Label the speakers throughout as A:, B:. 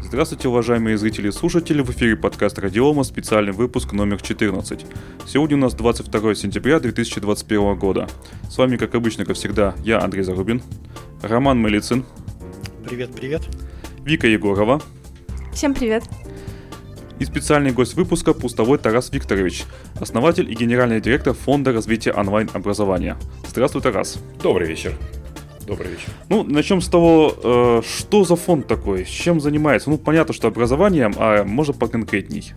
A: Здравствуйте, уважаемые зрители и слушатели, в эфире подкаст Радиома, специальный выпуск номер 14. Сегодня у нас 22 сентября 2021 года. С вами, как обычно, как всегда, я, Андрей Зарубин, Роман Мылицын.
B: Привет.
A: Вика Егорова.
C: Всем привет.
A: И специальный гость выпуска Пустовой Тарас Викторович, основатель и генеральный директор Фонда развития онлайн-образования. Здравствуй, Тарас.
D: Добрый вечер.
A: Начнем с того, что за фонд такой, с чем занимается. Понятно, что образованием, а можно поконкретней.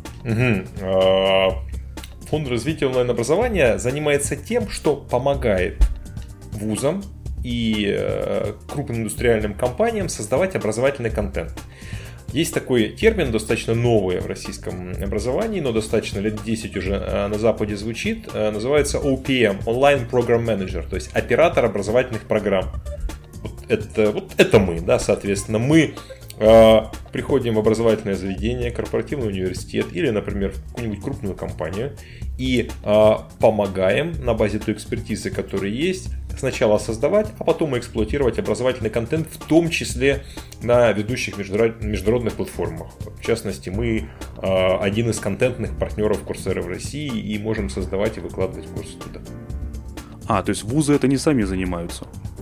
D: Фонд развития онлайн-образования занимается тем, что помогает вузам и крупным индустриальным компаниям создавать образовательный контент. Есть такой термин, достаточно новый в российском образовании, но достаточно лет 10 уже на Западе звучит. Называется OPM, Online Program Manager, то есть оператор образовательных программ. Вот это мы, да, соответственно. Мы приходим в образовательное заведение, корпоративный университет или, например, в какую-нибудь крупную компанию и помогаем на базе той экспертизы, которая есть, сначала создавать, а потом эксплуатировать образовательный контент, в том числе на ведущих международных платформах. В частности, мы один из контентных партнеров Coursera в России и можем создавать и выкладывать курсы туда.
A: То есть вузы это не сами занимаются?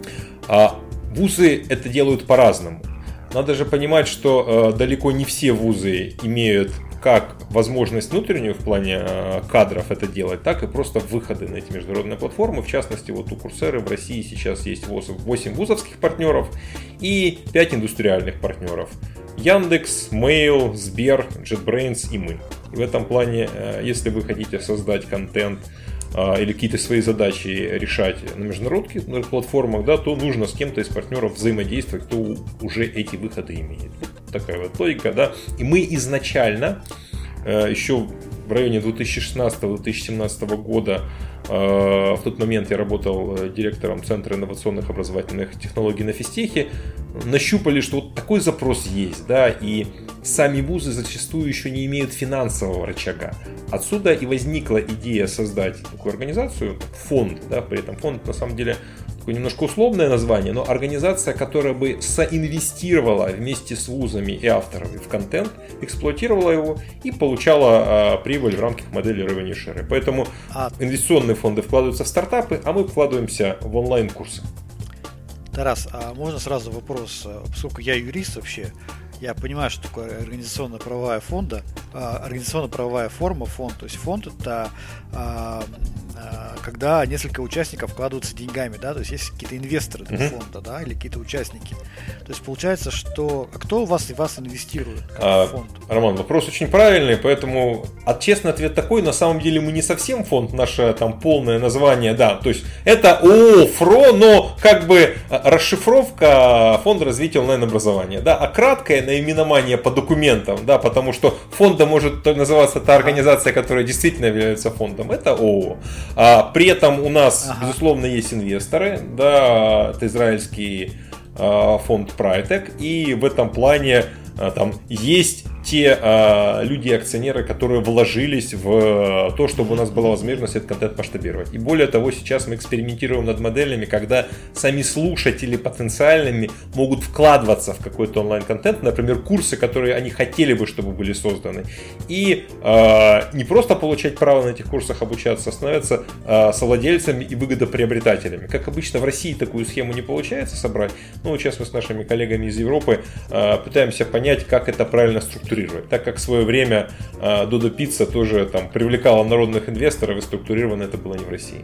D: Вузы это делают по-разному. Надо же понимать, что далеко не все вузы имеют как возможность внутреннюю в плане кадров это делать, так и просто выходы на эти международные платформы. В частности, вот у Coursera в России сейчас есть 8 вузовских партнеров и 5 индустриальных партнеров. Яндекс, Mail, Сбер, JetBrains и мы. И в этом плане, если вы хотите создать контент или какие-то свои задачи решать на международных платформах, да, то нужно с кем-то из партнеров взаимодействовать, кто уже эти выходы имеет. Вот такая вот логика, да. И мы изначально, еще в районе 2016-2017 года, в тот момент я работал директором Центра инновационных образовательных технологий на физтехе, нащупали, что вот такой запрос есть, да, и сами вузы зачастую еще не имеют финансового рычага. Отсюда и возникла идея создать такую организацию, фонд, да, при этом фонд на самом деле такое немножко условное название, но организация, которая бы соинвестировала вместе с вузами и авторами в контент, эксплуатировала его и получала прибыль в рамках модели revenue share. Поэтому инвестиционные фонды вкладываются в стартапы, а мы вкладываемся в онлайн-курсы.
B: Тарас, а можно сразу вопрос, поскольку я юрист вообще, я понимаю, что такое организационно-правовая форма, фонд. То есть фонд это когда несколько участников вкладываются деньгами, да, то есть есть какие-то инвесторы этого фонда, да, или какие-то участники. То есть получается, что кто у вас инвестирует в фонд?
D: Роман, вопрос очень правильный, поэтому честный ответ такой: на самом деле мы не совсем фонд, наше там полное название, да, то есть это ООО ФРО, но как бы расшифровка Фонда развития онлайн-образования, да, а краткое наименование по документам, да, потому что фондом может называться та организация, которая действительно является фондом, это ООО. При этом у нас, безусловно, есть инвесторы, да, это израильский фонд Privitech, и в этом плане там есть те люди-акционеры, которые вложились в то, чтобы у нас была возможность этот контент масштабировать. И более того, сейчас мы экспериментируем над моделями, когда сами слушатели потенциальными могут вкладываться в какой-то онлайн-контент, например, курсы, которые они хотели бы, чтобы были созданы. И не просто получать право на этих курсах обучаться, а становятся совладельцами и выгодоприобретателями. Как обычно в России такую схему не получается собрать, но сейчас мы с нашими коллегами из Европы пытаемся понять, как это правильно структурировать. Так как в свое время Додо Пицца тоже там привлекала народных инвесторов, и структурировано это было не в России.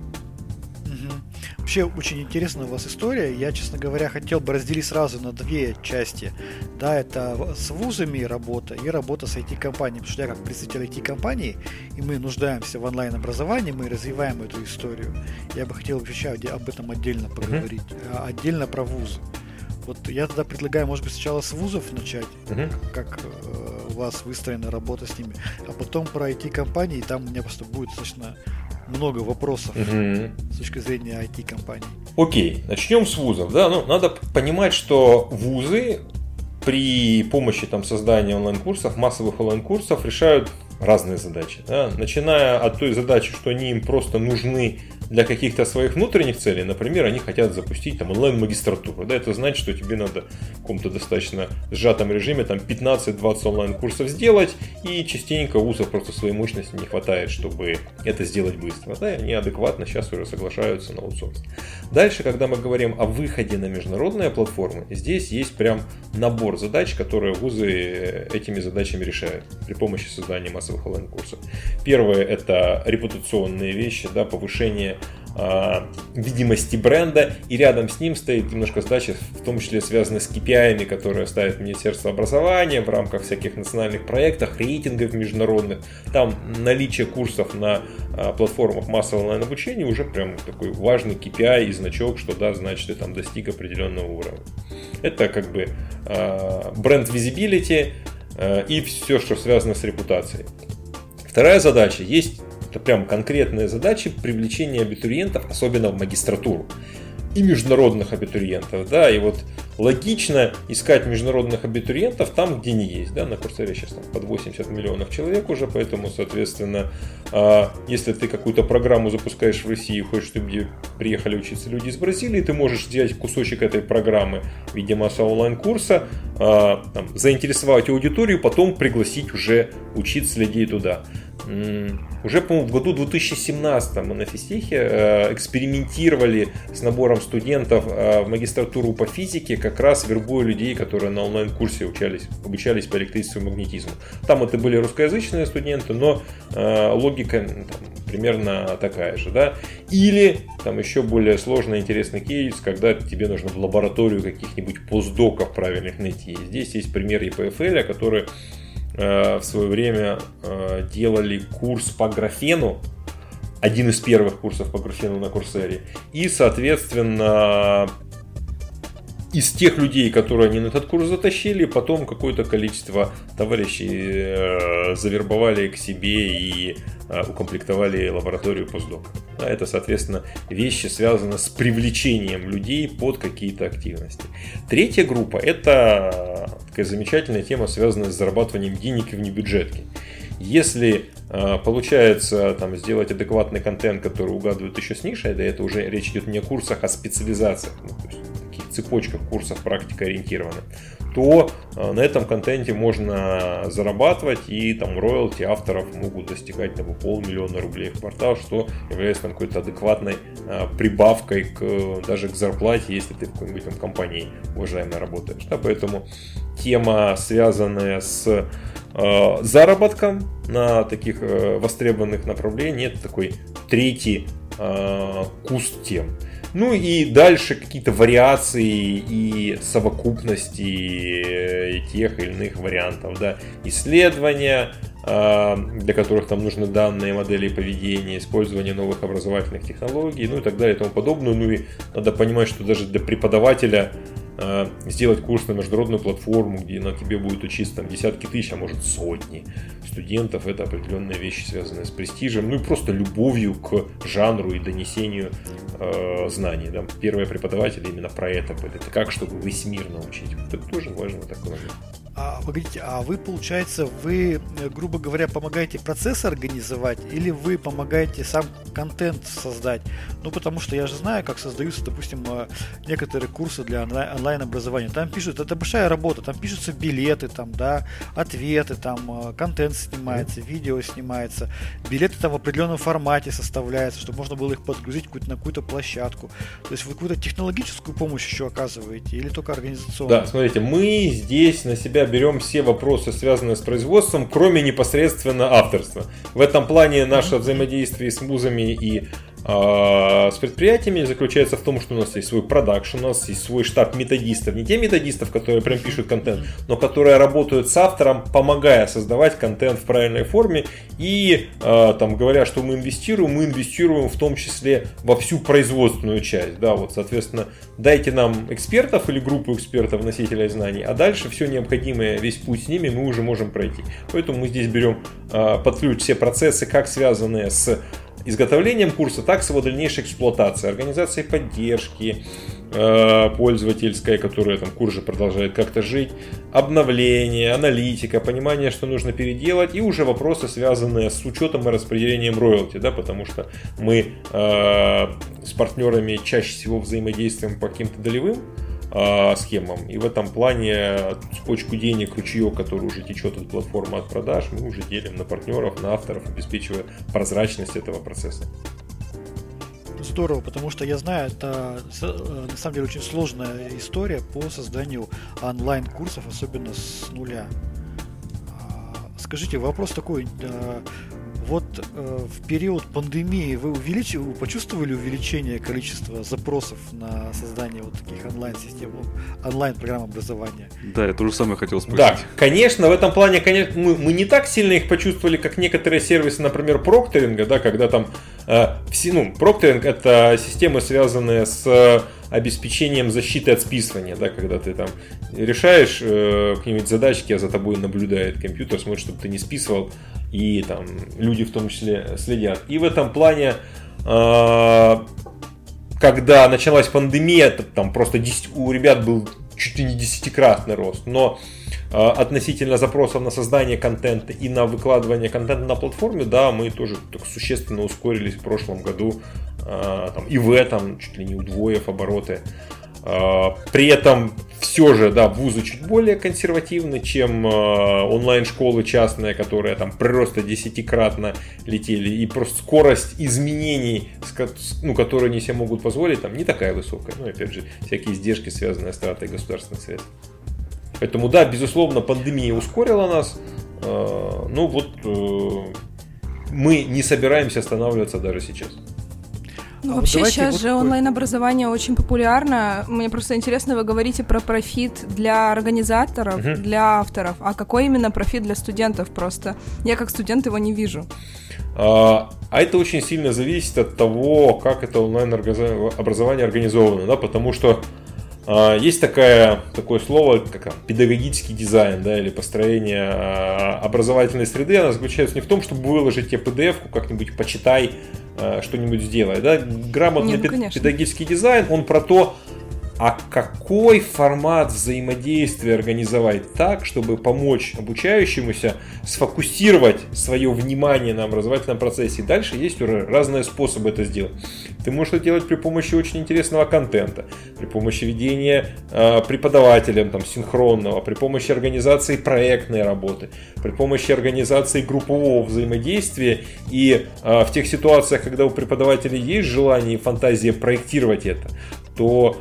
B: Вообще очень интересная у вас история. Я, честно говоря, хотел бы разделить сразу на две части. Да, это с вузами работа и работа с IT-компаниями. Потому что я как представитель IT-компании, и мы нуждаемся в онлайн-образовании, мы развиваем эту историю. Я бы хотел вообще об этом отдельно поговорить. Отдельно про вузы. Вот я тогда предлагаю, может быть, сначала с вузов начать, как у вас выстроена работа с ними, а потом про IT-компании, там у меня просто будет достаточно много вопросов с точки зрения IT-компаний.
D: Окей, начнем с вузов. Да? Надо понимать, что вузы при помощи создания онлайн-курсов, массовых онлайн-курсов решают разные задачи. Да? Начиная от той задачи, что они им просто нужны для каких-то своих внутренних целей, например, они хотят запустить там онлайн-магистратуру. Да, это значит, что тебе надо в каком-то достаточно сжатом режиме там 15-20 онлайн-курсов сделать, и частенько вузов просто своей мощности не хватает, чтобы это сделать быстро. Да, и они адекватно сейчас уже соглашаются на аутсорс. Дальше, когда мы говорим о выходе на международные платформы, здесь есть прям набор задач, которые вузы этими задачами решают при помощи создания массовых онлайн-курсов. Первое – это репутационные вещи, да, повышение видимости бренда, и рядом с ним стоит немножко задача, в том числе связанная с KPI, которые ставит Министерство образования в рамках всяких национальных проектов, рейтингов международных. Там наличие курсов на платформах массового онлайн-обучения уже прям такой важный KPI и значок, что да, значит, ты там достиг определенного уровня. Это как бы бренд visibility и все, что связано с репутацией. Вторая задача есть. Это прям конкретные задачи привлечения абитуриентов, особенно в магистратуру, и международных абитуриентов. Да, и вот логично искать международных абитуриентов там, где не есть. Да, на Курсере сейчас там под 80 миллионов человек уже, поэтому, соответственно, если ты какую-то программу запускаешь в России и хочешь, чтобы приехали учиться люди из Бразилии, ты можешь взять кусочек этой программы в виде массового онлайн-курса, заинтересовать аудиторию, потом пригласить уже учиться людей туда. Уже, по-моему, в году 2017 мы на физтехе экспериментировали с набором студентов в магистратуру по физике, как раз вербуя людей, которые на онлайн-курсе обучались по электричеству и магнетизму. Там это были русскоязычные студенты, но логика там примерно такая же. Да? Или там еще более сложный интересный кейс, когда тебе нужно в лабораторию каких-нибудь постдоков правильных найти. Здесь есть пример EPFL, который в свое время делали курс по графену, один из первых курсов по графену на Курсере, и, соответственно, из тех людей, которые они на этот курс затащили, потом какое-то количество товарищей завербовали к себе и укомплектовали лабораторию постдока. Это, соответственно, вещи, связанные с привлечением людей под какие-то активности. Третья группа – это такая замечательная тема, связанная с зарабатыванием денег и внебюджетки. Если получается там, сделать адекватный контент, который угадывает еще с нишей, да, это уже речь идет не о курсах, а о специализациях, то есть таких цепочках курсов практикоориентированных, то на этом контенте можно зарабатывать, и там роялти авторов могут достигать там, 500 000 рублей в квартал, что является там, какой-то адекватной прибавкой даже к зарплате, если ты в какой-нибудь там компании уважаемой работаешь. Да, поэтому тема, связанная с заработком на таких востребованных направлениях, это такой третий куст тем. Ну и дальше какие-то вариации и совокупности тех или иных вариантов. Да. Исследования, для которых там нужны данные, модели поведения, использование новых образовательных технологий, ну и так далее и тому подобное. Ну и надо понимать, что даже для преподавателя сделать курс на международную платформу, где на тебе будет учиться там, десятки тысяч, а может сотни студентов, это определенные вещи, связанные с престижем, ну и просто любовью к жанру и донесению знаний. Да. Первые преподаватели именно про это были. Это как, чтобы весь мир научить. Это тоже важно такой момент.
B: Погодите, а вы, получается, вы, грубо говоря, помогаете процесс организовать или вы помогаете сам контент создать? Ну, потому что я же знаю, как создаются, допустим, некоторые курсы для онлайн-образования. Там пишут, это большая работа, там пишутся билеты, там, да, ответы, там, контент снимается, видео снимается, билеты там в определенном формате составляются, чтобы можно было их подгрузить на какую-то площадку. То есть вы какую-то технологическую помощь еще оказываете или только организационную?
D: Да, смотрите, мы здесь на себя берем все вопросы, связанные с производством, кроме непосредственно авторства. В этом плане наше взаимодействие с вузами и с предприятиями заключается в том, что у нас есть свой продакшн, у нас есть свой штаб методистов. Не те методистов, которые прям пишут контент, но которые работают с автором, помогая создавать контент в правильной форме. И там говоря, что мы инвестируем в том числе во всю производственную часть. Да, вот, соответственно, дайте нам экспертов или группу экспертов, носителей знаний, а дальше все необходимое, весь путь с ними мы уже можем пройти. Поэтому мы здесь берем под ключ все процессы, как связанные с изготовлением курса, так и с его дальнейшей эксплуатацией, организацией поддержки пользовательская, которая там курс же продолжает как-то жить, обновление, аналитика, понимание, что нужно переделать, и уже вопросы, связанные с учетом и распределением роялти, да, потому что мы с партнерами чаще всего взаимодействуем по каким-то долевым схемам, и в этом плане цепочку денег, ручеек, который уже течет от платформы, от продаж, мы уже делим на партнеров, на авторов, обеспечивая прозрачность этого процесса.
B: Здорово, потому что я знаю, это на самом деле очень сложная история по созданию онлайн-курсов, особенно с нуля. Скажите, вопрос такой, вот в период пандемии вы почувствовали увеличение количества запросов на создание вот таких онлайн-систем, онлайн-программ образования?
A: Да, я то же самое хотел спросить.
D: Да, конечно, в этом плане, конечно, мы не так сильно их почувствовали, как некоторые сервисы, например, прокторинга, да, когда там прокторинг — это системы, связанные с обеспечением защиты от списывания, да, когда ты там решаешь какие-нибудь задачки, а за тобой наблюдает компьютер, смотрит, чтобы ты не списывал, и там люди в том числе следят. И в этом плане, когда началась пандемия, там просто у ребят был чуть ли не 10-кратный рост, но относительно запросов на создание контента и на выкладывание контента на платформе, да, мы тоже так существенно ускорились в прошлом году, и в этом чуть ли не удвоив обороты. При этом все же, да, вузы чуть более консервативны, чем онлайн-школы частные, которые там просто 10-кратно летели, и просто скорость изменений, которые они себе могут позволить, там не такая высокая. Ну, опять же, всякие издержки, связанные с тратой государственных средств. Поэтому, да, безусловно, пандемия ускорила нас. Мы не собираемся останавливаться даже сейчас.
C: Вообще сейчас же онлайн-образование очень популярно. Мне просто интересно, вы говорите про профит для организаторов, для авторов. А какой именно профит для студентов просто? Я как студент его не вижу.
D: А это очень сильно зависит от того, как это онлайн-образование организовано, да, потому что есть такое слово, как педагогический дизайн, да, или построение образовательной среды. Она заключается не в том, чтобы выложить тебе PDF-ку, как-нибудь почитай, что-нибудь сделай. Да? Грамотный педагогический дизайн, он про то, а какой формат взаимодействия организовать так, чтобы помочь обучающемуся сфокусировать свое внимание на образовательном процессе. И дальше есть уже разные способы это сделать. Ты можешь это делать при помощи очень интересного контента, при помощи ведения преподавателем там, синхронного, при помощи организации проектной работы, при помощи организации группового взаимодействия. И в тех ситуациях, когда у преподавателей есть желание и фантазия проектировать это, то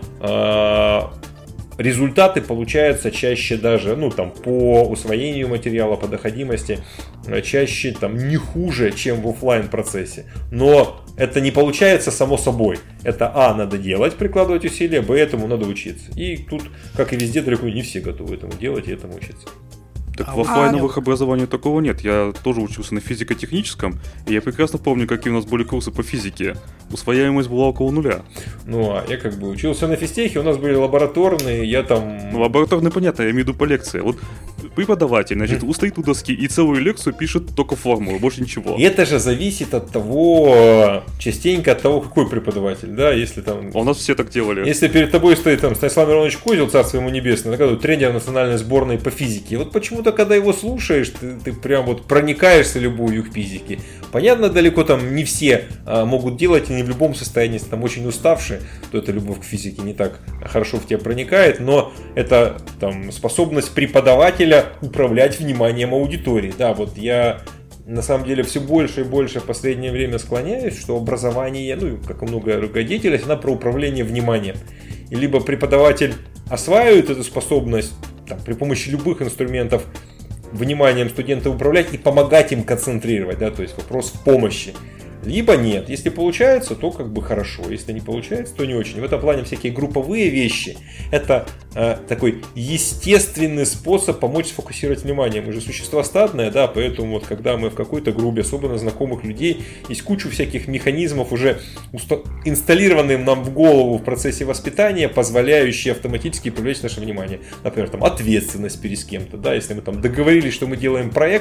D: результаты получаются чаще даже, по усвоению материала, по доходимости, чаще не хуже, чем в офлайн процессе. Но это не получается само собой. Это надо делать, прикладывать усилия, этому надо учиться. И тут, как и везде, далеко не все готовы этому делать и этому учиться.
A: Так в офлайновых образованиях такого нет. Я тоже учился на физико-техническом, и я прекрасно помню, какие у нас были курсы по физике. Усвояемость была около нуля.
D: Я учился на физтехе, у нас были лабораторные, я там...
A: Лабораторные, понятно, я имею в виду по лекции. Вот преподаватель, стоит у доски и целую лекцию пишет только формулу, больше ничего.
D: И это же зависит от того, частенько от того, какой преподаватель, да, если там...
A: А у нас все так делали.
D: Если перед тобой стоит Станислав Миронович Козел, царство ему небесное, тренер национальной сборной по физике, вот почему-то, когда его слушаешь, ты прям проникаешься любовью к физике. Понятно, далеко не все могут делать, и не в любом состоянии, если очень уставший, то эта любовь к физике не так хорошо в тебя проникает, но это способность преподавателя управлять вниманием аудитории. Да, я на самом деле все больше и больше в последнее время склоняюсь, что образование, как и многое деятельность, она про управление вниманием. И либо преподаватель осваивает эту способность при помощи любых инструментов вниманием студентов управлять и помогать им концентрировать, да, то есть вопрос в помощи. Либо нет. Если получается, то хорошо. Если не получается, то не очень. В этом плане всякие групповые вещи — это такой естественный способ помочь сфокусировать внимание. Мы же существа стадные, да, поэтому когда мы в какой-то группе особенно знакомых людей, есть куча всяких механизмов, уже инсталлированных нам в голову в процессе воспитания, позволяющие автоматически привлечь наше внимание. Например, ответственность перед кем-то. Да, если мы договорились, что мы делаем проект,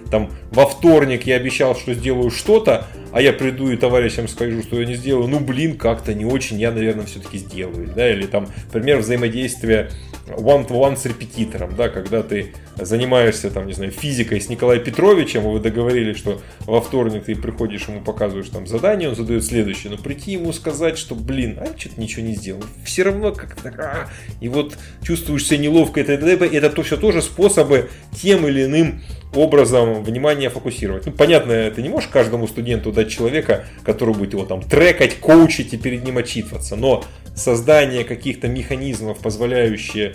D: там во вторник я обещал, что сделаю что-то, а я приду и товарищам скажу, что я не сделаю, как-то не очень, я, наверное, все-таки сделаю, да, или там, например, взаимодействие one-to-one с репетитором, да, когда ты занимаешься, там, не знаю, физикой с Николаем Петровичем, и вы договорились, что во вторник ты приходишь, ему показываешь там задание, он задает следующее, но прийти ему сказать, что, что-то ничего не сделал, все равно как-то, и вот чувствуешь себя неловко, это все тоже способы тем или иным образом внимание фокусировать. Понятно, ты не можешь каждому студенту дать человека, который будет его там трекать, коучить и перед ним отчитываться, но создание каких-то механизмов, позволяющие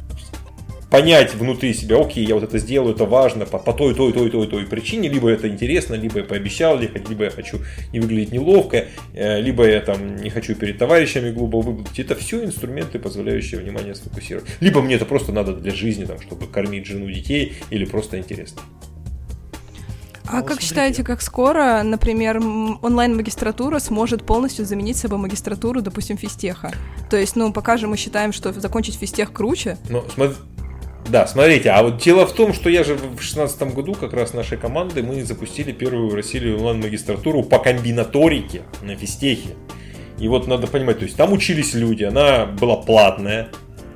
D: понять внутри себя, окей, я вот это сделаю, это важно по той причине, либо это интересно, либо я пообещал, либо я хочу не выглядеть неловко, либо я там не хочу перед товарищами глупо выглядеть. Это все инструменты, позволяющие внимание сфокусировать. Либо мне это просто надо для жизни, там, чтобы кормить жену, детей, или просто интересно.
C: А как считаете, как скоро, например, онлайн-магистратура сможет полностью заменить собой магистратуру, допустим, физтеха? То есть, пока же мы считаем, что закончить физтех круче.
D: Да, смотрите, а вот дело в том, что я же в 2016 году как раз нашей командой мы запустили первую в России онлайн-магистратуру по комбинаторике на физтехе. И вот надо понимать, то есть там учились люди, она была платная.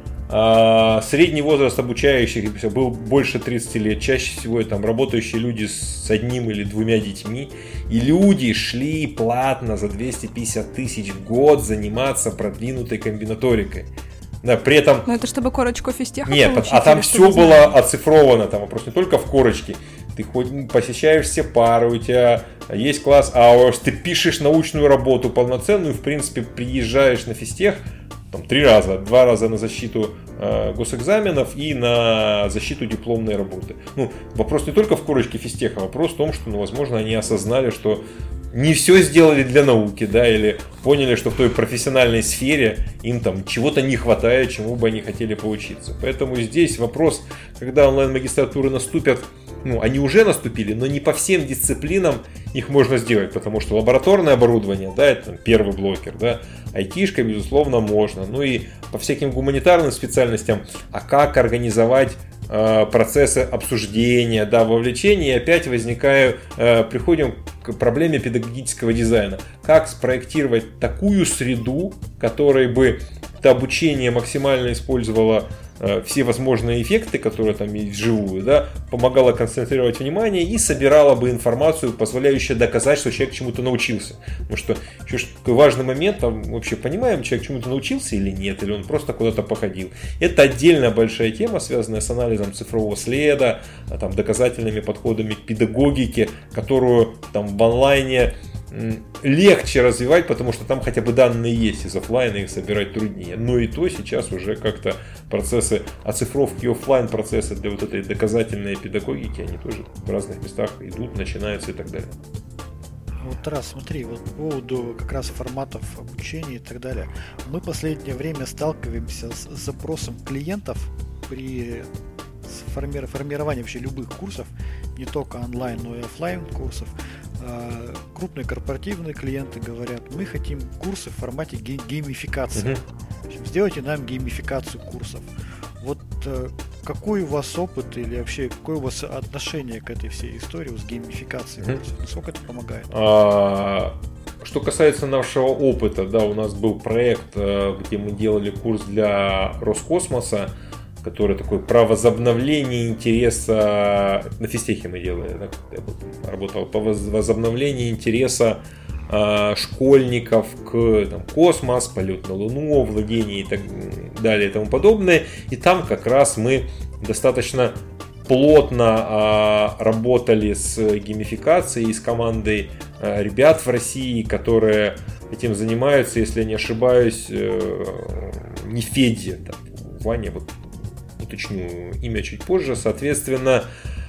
D: Средний возраст обучающих был больше 30 лет. Чаще всего там работающие люди с одним или двумя детьми. И люди шли платно за 250 тысяч в год заниматься продвинутой комбинаторикой. Да, при этом...
C: Но это чтобы корочку физтеха
D: Нет,
C: получить,
D: а там все было оцифровано, там вопрос не только в корочке. Ты хоть посещаешь все пары, у тебя есть класс hours, ты пишешь научную работу полноценную, в принципе, приезжаешь на физтех там 3 раза. 2 раза на защиту госэкзаменов и на защиту дипломной работы. Вопрос не только в корочке физтеха, вопрос в том, что, возможно, они осознали, что не все сделали для науки, да, или поняли, что в той профессиональной сфере им там чего-то не хватает, чему бы они хотели поучиться. Поэтому здесь вопрос, когда онлайн-магистратуры наступят, они уже наступили, но не по всем дисциплинам их можно сделать, потому что лабораторное оборудование, да, это первый блокер, да, айтишка, безусловно, можно. И по всяким гуманитарным специальностям, а как организовать процессы обсуждения, да, вовлечения, и опять приходим к проблеме педагогического дизайна. Как спроектировать такую среду, которой бы это обучение максимально использовало все возможные эффекты, которые там есть вживую, да, помогала концентрировать внимание и собирала бы информацию, позволяющую доказать, что человек чему-то научился. Потому что еще такой важный момент, там вообще понимаем, человек чему-то научился или нет, или он просто куда-то походил. Это отдельная большая тема, связанная с анализом цифрового следа, там, доказательными подходами к педагогике, которую там в онлайне легче развивать, потому что там хотя бы данные есть, из офлайна их собирать труднее. Но и то сейчас уже как-то процессы оцифровки офлайн, процессы для вот этой доказательной педагогики, они тоже в разных местах идут, начинаются и так далее.
B: Вот раз, смотри, вот по поводу как раз форматов обучения и так далее. Мы в последнее время сталкиваемся с запросом клиентов при формировании вообще любых курсов, не только онлайн, но и офлайн курсов. Крупные корпоративные клиенты говорят, мы хотим курсы в формате геймификации. Сделайте нам геймификацию курсов. Вот какой у вас опыт или вообще какое у вас отношение к этой всей истории с геймификацией курсов? Насколько это помогает?
D: Что касается нашего опыта, да, у нас был проект, где мы делали курс для Роскосмоса, который такой про возобновление интереса, на физтехе мы делали, да, я работал по возобновлению интереса школьников к космос, полет на Луну, владение и так далее и тому подобное. И там как раз мы достаточно плотно работали с геймификацией, с командой ребят в России, которые этим занимаются, если я не ошибаюсь, не Федя, да, Ваня, вот уточню имя чуть позже. Соответственно,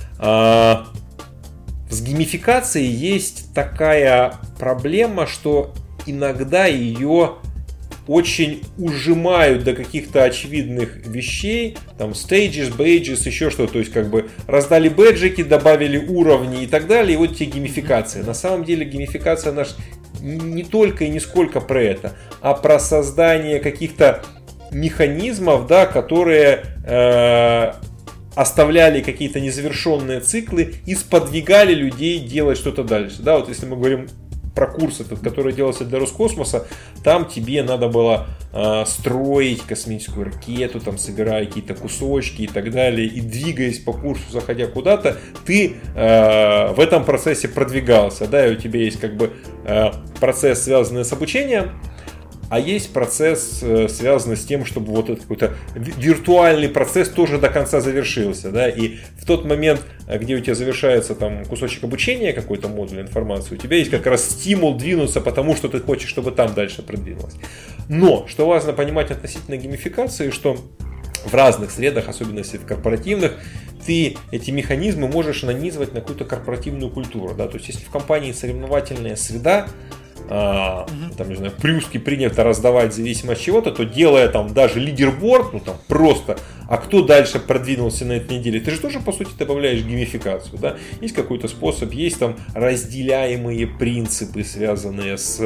D: с геймификацией есть такая проблема, что иногда ее очень ужимают до каких-то очевидных вещей, там stages, badges, еще что-то, то есть как бы раздали бэджики, добавили уровни и так далее, и вот тебе геймификация. На самом деле геймификация наша не только и не сколько про это, а про создание каких-то механизмов, да, которые оставляли какие-то незавершенные циклы и сподвигали людей делать что-то дальше. Да, вот если мы говорим про курс этот, который делался для Роскосмоса, там тебе надо было строить космическую ракету, там собирая какие-то кусочки и так далее, и двигаясь по курсу, заходя куда-то, ты в этом процессе продвигался, да, и у тебя есть как бы процесс, связанный с обучением, а есть процесс, связанный с тем, чтобы вот этот какой-то виртуальный процесс тоже до конца завершился. Да? И в тот момент, где у тебя завершается там кусочек обучения, какой-то модуль информации, у тебя есть как раз стимул двинуться, потому что ты хочешь, чтобы там дальше продвинулось. Но, что важно понимать относительно геймификации, что в разных средах, особенно если в корпоративных, ты эти механизмы можешь нанизывать на какую-то корпоративную культуру. Да? То есть, если в компании соревновательная среда, там, не знаю, плюски принято раздавать в зависимости от чего-то, то делая там даже лидерборд, ну там просто, а кто дальше продвинулся на этой неделе, ты же тоже по сути добавляешь геймификацию, да? Есть какой-то способ, есть там разделяемые принципы, связанные с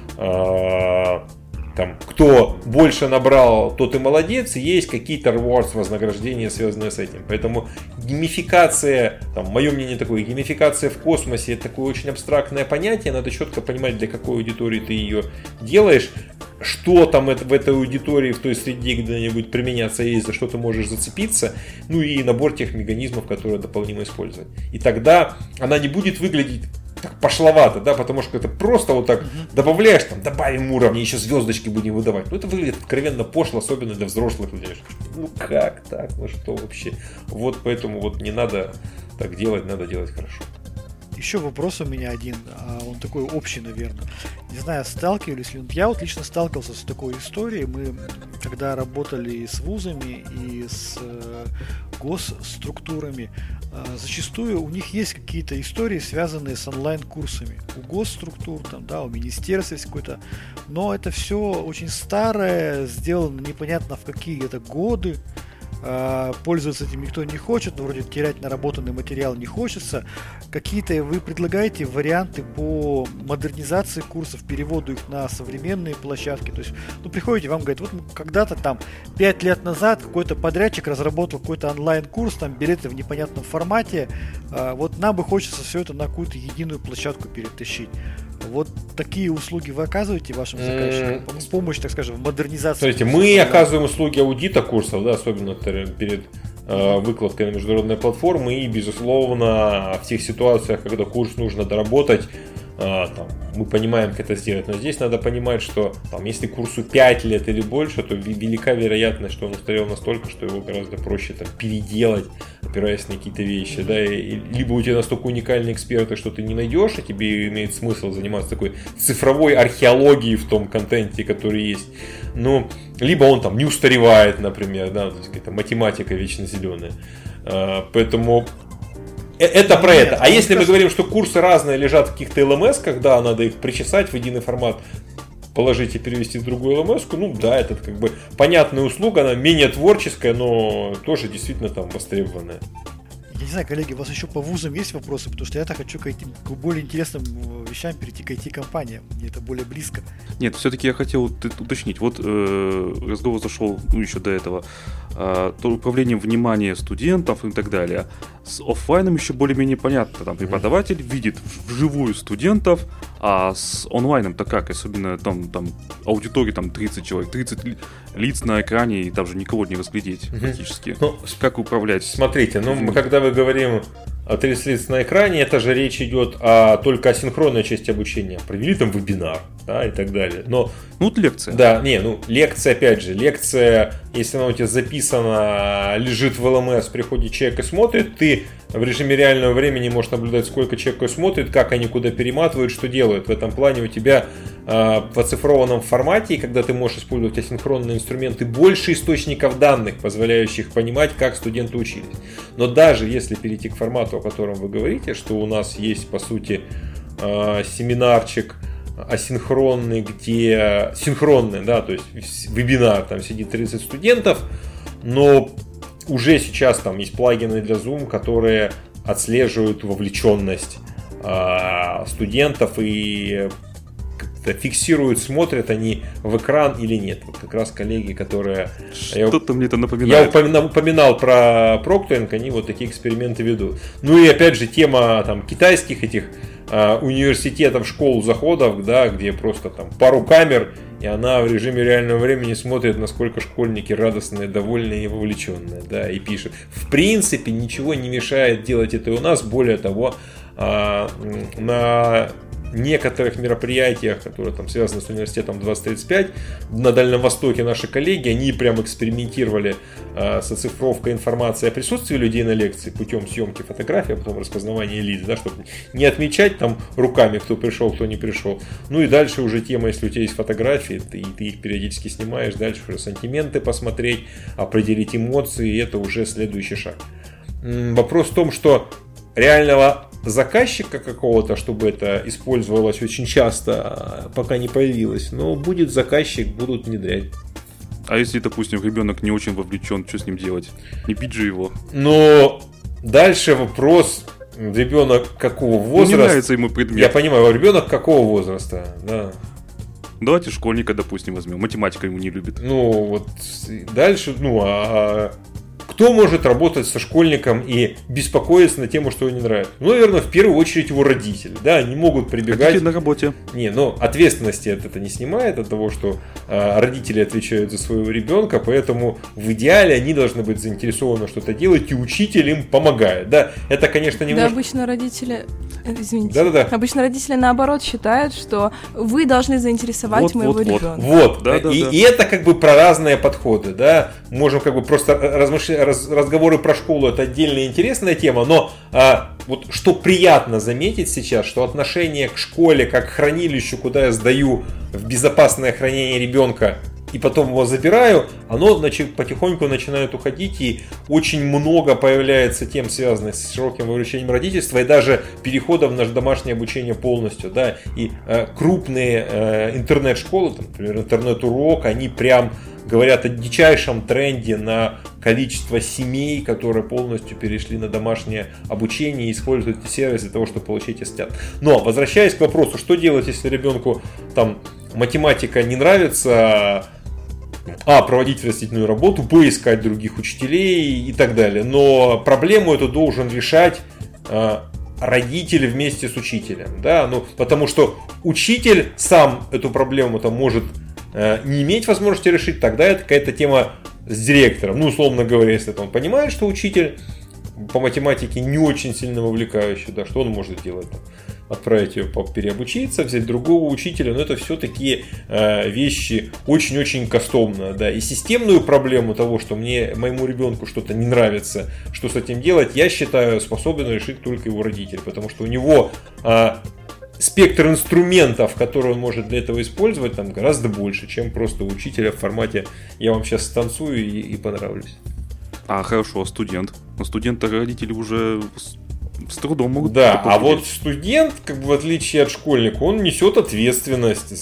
D: там, кто больше набрал, тот и молодец, и есть какие-то rewards, вознаграждения, связанные с этим. Поэтому геймификация, там, мое мнение такое, геймификация в космосе — это такое очень абстрактное понятие, надо четко понимать, для какой аудитории ты ее делаешь, что там в этой аудитории, в той среде где-нибудь применяться есть, за что ты можешь зацепиться, ну и набор тех механизмов, которые дополнимо использовать. И тогда она не будет выглядеть так пошловато, да, потому что это просто вот так добавляешь, там, добавим уровни, еще звездочки будем выдавать. Ну, это выглядит откровенно пошло, особенно для взрослых людей. Ну, как так? Ну, что вообще? Вот поэтому вот не надо так делать, надо делать хорошо.
B: Еще вопрос у меня один, он такой общий, наверное. Не знаю, сталкивались ли, я вот лично сталкивался с такой историей. Мы, когда работали с вузами и с госструктурами, зачастую у них есть какие-то истории, связанные с онлайн-курсами. У госструктур, там, да, у министерства есть какой-то, но это все очень старое, сделано непонятно в какие это годы. Пользоваться этим никто не хочет, но вроде терять наработанный материал не хочется. Какие-то вы предлагаете варианты по модернизации курсов, переводу их на современные площадки? То есть, ну, приходите, вам говорят, вот когда-то там 5 лет назад какой-то подрядчик разработал какой-то онлайн-курс, там билеты в непонятном формате, вот нам бы хочется все это на какую-то единую площадку перетащить. Вот такие услуги вы оказываете вашим заказчикам? Помощь, так скажем, в модернизации.
D: Смотрите, мы оказываем услуги аудита курсов, да, особенно перед выкладкой на международные платформы, и, безусловно, в тех ситуациях, когда курс нужно доработать, там, мы понимаем, как это сделать. Но здесь надо понимать, что там, если курсу 5 лет или больше, то велика вероятность, что он устарел настолько, что его гораздо проще там, переделать, опираясь на какие-то вещи. Да? Либо у тебя настолько уникальные эксперты, что ты не найдешь, и тебе имеет смысл заниматься такой цифровой археологией в том контенте, который есть. Ну, либо он там не устаревает, например, да, то есть какая-то математика вечно зеленая. Поэтому это про это. А если мы говорим, что курсы разные лежат в каких-то LMS, да, надо их причесать в единый формат, положить и перевести в другую LMS, ну да, это как бы понятная услуга, она менее творческая, но тоже действительно там востребованная.
B: Я не знаю, коллеги, у вас еще по вузам есть вопросы? Потому что я-то хочу к более интересным вещам перейти к IT-компаниям. Мне это более близко.
A: Нет, все-таки я хотел уточнить. Вот разговор зашел, ну, еще до этого. То управлением внимания студентов и так далее. С офлайном еще более-менее понятно. Там преподаватель видит вживую студентов, а с онлайном-то как? Особенно там аудитория там 30 человек, 30 лиц на экране, и там же никого не разглядеть практически. Ну, как управлять?
D: Смотрите, ну, когда мы говорим о 30 лиц на экране, это же речь идет только о синхронной части обучения. Провели там вебинар, да, и так далее. Но,
A: ну, вот лекция.
D: Да, лекция, опять же, лекция, если она у тебя записана, лежит в LMS, приходит человек и смотрит, ты в режиме реального времени можешь наблюдать, сколько человек смотрит, как они куда перематывают, что делают. В этом плане у тебя в оцифрованном формате, когда ты можешь использовать асинхронные инструменты, больше источников данных, позволяющих понимать, как студенты учились. Но даже если перейти к формату, о котором вы говорите, что у нас есть, по сути, семинарчик асинхронный, где синхронный, да, то есть вебинар, там сидит 30 студентов, но уже сейчас там есть плагины для Zoom, которые отслеживают вовлеченность студентов и фиксируют, смотрят они в экран или нет. Вот как раз коллеги, которые...
A: Что-то мне это напоминает.
D: Я упоминал про прокторинг, они вот такие эксперименты ведут. Ну и опять же тема там китайских этих университетов, школ заходов, да, где просто там пару камер, и она в режиме реального времени смотрит, насколько школьники радостные, довольные и вовлеченные, да, и пишет. В принципе, ничего не мешает делать это и у нас. Более того, на некоторых мероприятиях, которые там связаны с университетом 2035, на Дальнем Востоке наши коллеги, они прям экспериментировали с оцифровкой информации о присутствии людей на лекции путем съемки фотографий, а потом распознавания лиц, да, чтобы не отмечать там руками, кто пришел, кто не пришел. Ну и дальше уже тема, если у тебя есть фотографии, ты их периодически снимаешь, дальше уже сантименты посмотреть, определить эмоции, и это уже следующий шаг. Вопрос в том, что реального заказчика какого-то, чтобы это использовалось очень часто, пока не появилось, но будет заказчик, будут внедрять.
A: А если, допустим, ребенок не очень вовлечен, что с ним делать? Не бить же его.
D: Но дальше вопрос, ребенок какого возраста?
A: Не нравится ему предмет.
D: Я понимаю, ребенок какого возраста, да.
A: Давайте школьника, допустим, возьмем. Математика ему не любит.
D: Ну, вот дальше, кто может работать со школьником и беспокоиться на тему, что ему не нравится? Ну, наверное, в первую очередь его родители. Да, они могут прибегать...
A: Родители на работе.
D: Ответственности это не снимает от того, что родители отвечают за своего ребенка, поэтому в идеале они должны быть заинтересованы что-то делать, и учитель им помогает. Да, это, конечно, немножко...
C: Да, обычно родители... Извините.
D: Да-да-да.
C: Обычно родители, наоборот, считают, что вы должны заинтересовать моего ребенка.
D: Вот. И это как бы про разные подходы. Да? Можем как бы просто разговоры про школу — это отдельная интересная тема, но вот что приятно заметить сейчас, что отношение к школе как к хранилищу, куда я сдаю в безопасное хранение ребенка и потом его забираю, оно потихоньку начинает уходить, и очень много появляется тем, связанных с широким вовлечением родительства и даже переходом на домашнее обучение полностью. Да? И крупные интернет-школы, например, интернет-урок, они прям говорят о дичайшем тренде на количество семей, которые полностью перешли на домашнее обучение и используют эти сервисы для того, чтобы получить аттестат. Но, возвращаясь к вопросу, что делать, если ребенку там математика не нравится, проводить растительную работу, искать других учителей и так далее. Но проблему эту должен решать родитель вместе с учителем. Да? Потому что учитель сам эту проблему может не иметь возможности решить, тогда это какая-то тема с директором. Условно говоря, если он понимает, что учитель по математике не очень сильно вовлекающий, да, что он может делать? Отправить ее переобучиться, взять другого учителя, но это все такие вещи очень-очень кастомные. Да. И системную проблему того, что моему ребенку что-то не нравится, что с этим делать, я считаю, способен решить только его родитель, потому что у него спектр инструментов, которые он может для этого использовать, там гораздо больше, чем просто у учителя в формате «я вам сейчас станцую и понравлюсь».
A: Хорошо, студент. Но студента родители уже с трудом могут...
D: Да, вот студент, в отличие от школьника, он несет ответственность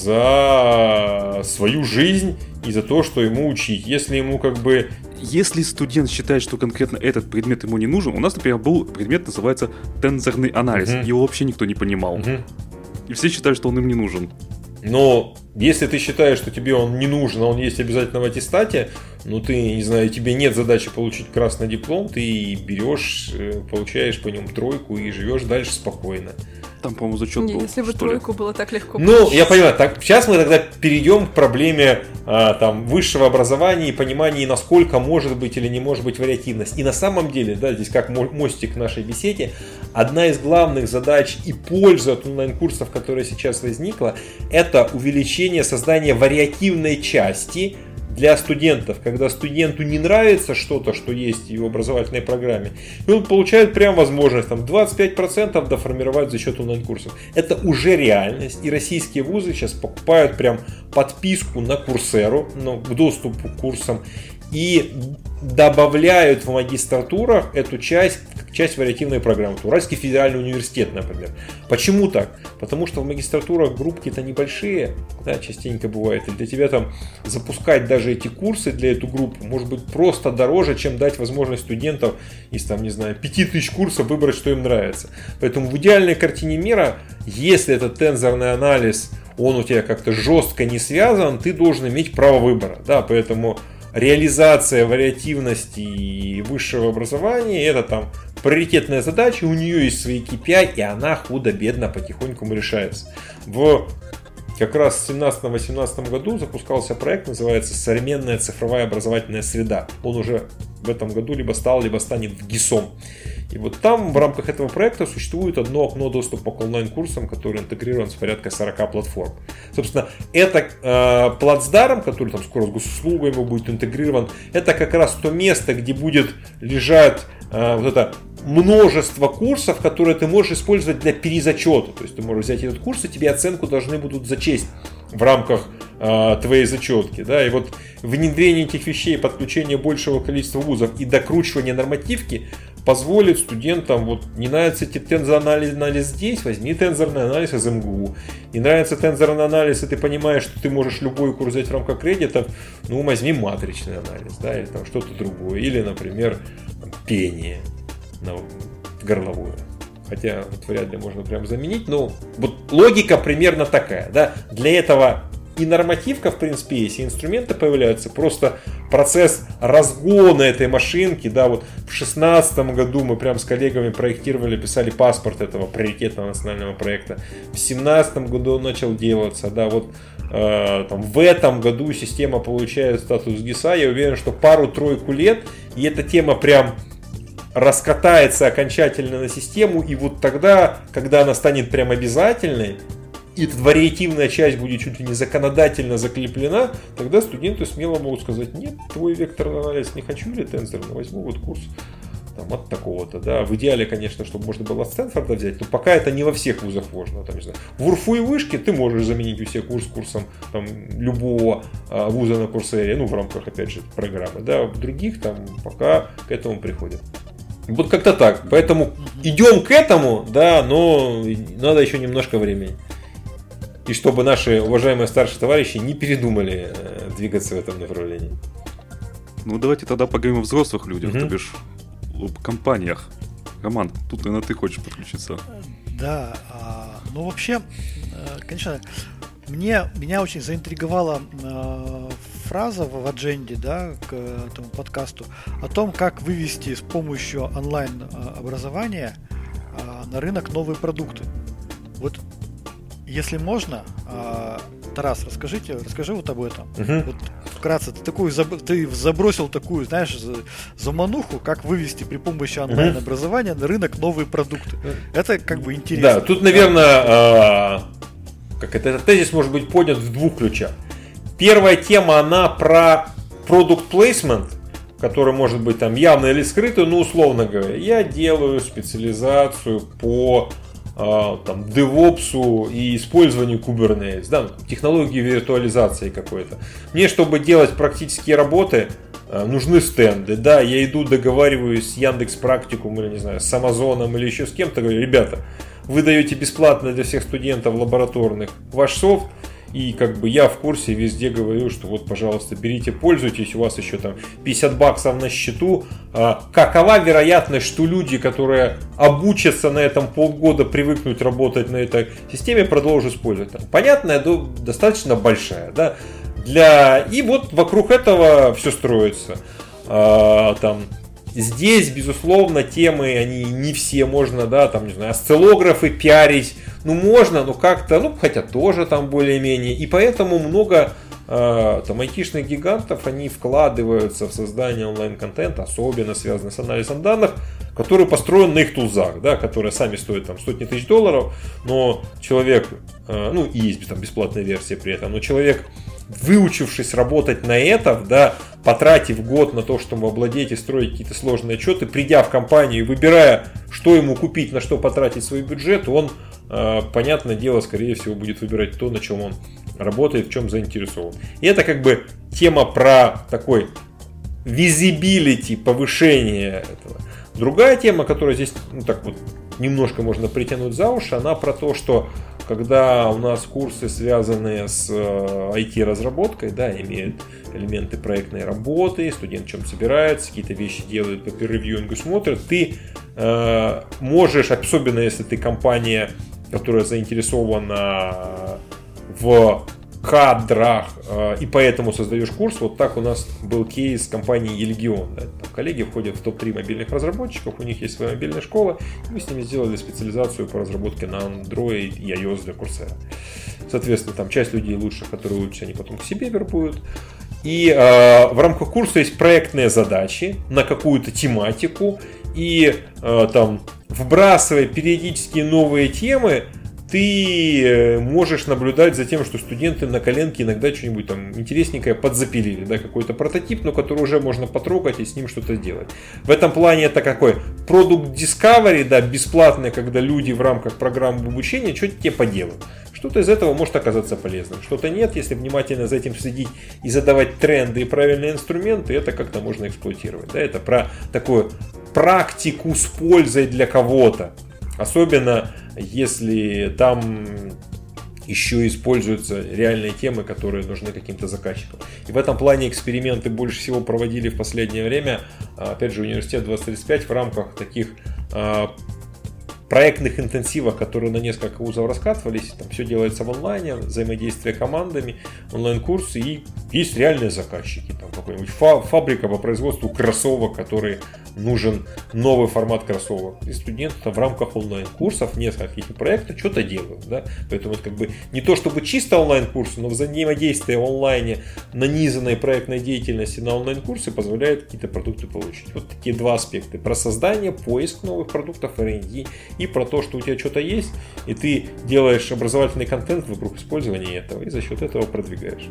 D: за свою жизнь и за то, что ему учить. Если ему
A: Если студент считает, что конкретно этот предмет ему не нужен, у нас, например, был предмет, называется тензорный анализ. Его вообще никто не понимал. И все считают, что он им не нужен.
D: Но если ты считаешь, что тебе он не нужен, а он есть обязательно в аттестате, ты, не знаю, тебе нет задачи получить красный диплом, ты берешь, получаешь по нему 3 и живешь дальше спокойно.
A: Там, по-моему, зачет был.
C: Если бы 3 было так легко.
D: Я понимаю. Сейчас мы тогда перейдем к проблеме высшего образования и понимания, насколько может быть или не может быть вариативность. И на самом деле, да, здесь как мостик к нашей беседе, одна из главных задач и пользы от онлайн-курсов, которая сейчас возникла, это увеличение создания вариативной части для студентов, когда студенту не нравится что-то, что есть в его образовательной программе, и он получает прям возможность 25% доформировать за счет онлайн-курсов. Это уже реальность, и российские вузы сейчас покупают прям подписку на Курсеру, к доступу к курсам, и добавляют в магистратурах эту часть, как часть вариативной программы. Уральский федеральный университет, например. Почему так? Потому что в магистратурах группки-то небольшие, да, частенько бывает. И для тебя запускать даже эти курсы для этой группы может быть просто дороже, чем дать возможность студентам из 5000 курсов выбрать, что им нравится. Поэтому в идеальной картине мира, если этот тензорный анализ он у тебя как-то жестко не связан, ты должен иметь право выбора. Да, поэтому реализация вариативности и высшего образования — это там приоритетная задача, у нее есть свои KPI, и она худо-бедно потихоньку решается. Как раз в 2017-2018 году запускался проект, называется «Современная цифровая образовательная среда». Он уже в этом году либо стал, либо станет ГИСом. И вот там в рамках этого проекта существует одно окно доступа к онлайн-курсам, который интегрирован с порядка 40 платформ. Собственно, это плацдарм, который там скоро с госуслугами будет интегрирован, это как раз то место, где будет лежать вот это множество курсов, которые ты можешь использовать для перезачета. То есть ты можешь взять этот курс, и тебе оценку должны будут зачесть в рамках твоей зачетки. Да? И вот внедрение этих вещей, подключение большего количества вузов и докручивание нормативки позволит студентам, вот не нравится тебе тензорный анализ здесь, возьми тензорный анализ из МГУ. Не нравится тензорный анализ, и ты понимаешь, что ты можешь любой курс взять в рамках кредита, ну возьми матричный анализ, да, или там что-то другое. Или, например, пение на горловое. Хотя вот вряд ли можно прям заменить, но вот логика примерно такая, да. Для этого и нормативка, в принципе, есть, и инструменты появляются. Просто процесс разгона этой машинки, да, вот в 2016 году мы прям с коллегами проектировали, писали паспорт этого приоритетного национального проекта. В 2017 году он начал делаться, да, вот там, в этом году система получает статус ГИСа. Я уверен, что пару-тройку лет, и эта тема прям раскатается окончательно на систему, и вот тогда, когда она станет прям обязательной, и эта вариативная часть будет чуть ли не законодательно закреплена, тогда студенты смело могут сказать: нет, твой векторный анализ не хочу, или тензорный, возьму вот курс там, от такого-то. Да. В идеале, конечно, чтобы можно было от Стэнфорда взять, но пока это не во всех вузах можно. Там, не знаю, в УРФУ и Вышке ты можешь заменить у себя курс курсом там, любого вуза на Курсере, ну в рамках, опять же, программы. Да. В других там пока к этому приходят. Вот как-то так. Поэтому идем к этому, да, но надо еще немножко времени. И чтобы наши уважаемые старшие товарищи не передумали двигаться в этом направлении.
A: Ну, давайте тогда поговорим о взрослых людях, то бишь об компаниях. Роман, тут, наверное, ты хочешь подключиться.
B: Да, ну вообще, конечно, меня очень заинтриговала фраза в адженде, да, к этому подкасту о том, как вывести с помощью онлайн-образования на рынок новые продукты. Вот, если можно, Тарас, расскажи вот об этом. Вот вкратце, ты забросил такую, знаешь, замануху, как вывести при помощи онлайн-образования на рынок новые продукты. Это как бы интересно.
D: Да, тут, наверное, этот тезис может быть поднят в двух ключах. Первая тема, она про product placement, который может быть там явно или скрытый, но условно говоря, я делаю специализацию по там, DevOps и использованию Kubernetes, да, технологии виртуализации какой-то. Мне, чтобы делать практические работы, нужны стенды, да, я иду договариваюсь с Яндекс.Практикум или, не знаю, с Амазоном или еще с кем-то, говорю: ребята, вы даете бесплатно для всех студентов лабораторных ваш софт, и как бы я в курсе везде говорю, что вот, пожалуйста, берите, пользуйтесь, у вас еще там $50 на счету. Какова вероятность, что люди, которые обучатся на этом полгода, привыкнуть работать на этой системе, продолжат использовать? Понятно, достаточно большая, да? И вот вокруг этого все строится. Там здесь, безусловно, темы, они не все можно, да, там, не знаю, осциллографы пиарить, ну, можно, но как-то, ну, хотя тоже там более-менее, и поэтому много там айтишных гигантов, они вкладываются в создание онлайн-контента, особенно связанного с анализом данных, который построен на их тулзах, да, которые сами стоят там сотни тысяч долларов, но человек, ну, и есть там бесплатная версия при этом, но человек, выучившись работать на этом, да, потратив год на то, чтобы овладеть и строить какие-то сложные отчеты, придя в компанию и выбирая, что ему купить, на что потратить свой бюджет, он, понятное дело, скорее всего, будет выбирать то, на чем он работает, в чем заинтересован. И это как бы тема про такой visibility, повышение этого. Другая тема, которая здесь, ну, так вот, немножко можно притянуть за уши, она про то, что когда у нас курсы, связанные с IT-разработкой, да, имеют элементы проектной работы, студент в чем собирается, какие-то вещи делает по peer-reviewing, смотрит, ты можешь, особенно если ты компания, которая заинтересована в кадрах, и поэтому создаешь курс. Вот так у нас был кейс компании Елегион. Да? Там коллеги входят в топ-3 мобильных разработчиков, у них есть своя мобильная школа, и мы с ними сделали специализацию по разработке на Android и iOS для Coursera. Соответственно, там часть людей лучших, которые учатся, они потом к себе вербуют. И в рамках курса есть проектные задачи на какую-то тематику, и там, вбрасывая периодически новые темы, ты можешь наблюдать за тем, что студенты на коленке иногда что-нибудь там интересненькое подзапилили, да, какой-то прототип, но который уже можно потрогать и с ним что-то делать. В этом плане это какой? Product Discovery, да, бесплатный, когда люди в рамках программы обучения что-то тебе поделают. Что-то из этого может оказаться полезным, что-то нет. Если внимательно за этим следить и задавать тренды и правильные инструменты, это как-то можно эксплуатировать. Да, это про такую практику с пользой для кого-то. Особенно если там еще используются реальные темы, которые нужны каким-то заказчикам. И в этом плане эксперименты больше всего проводили в последнее время. Опять же, университет 2035 в рамках таких проектных интенсивов, которые на несколько вузов раскатывались. Там все делается в онлайне, взаимодействие командами, онлайн-курсы, и есть реальные заказчики. Там какая-нибудь фабрика по производству кроссовок, который нужен новый формат кроссовок. И студенты в рамках онлайн-курсов нескольких проектов что-то делают. Да? Поэтому это как бы не то чтобы чисто онлайн-курсы, но взаимодействие в онлайне нанизанной проектной деятельности на онлайн-курсы позволяет какие-то продукты получить. Вот такие два аспекта. Про создание, поиск новых продуктов, R&D, и про то, что у тебя что-то есть, и ты делаешь образовательный контент вокруг использования этого, и за счет этого продвигаешь.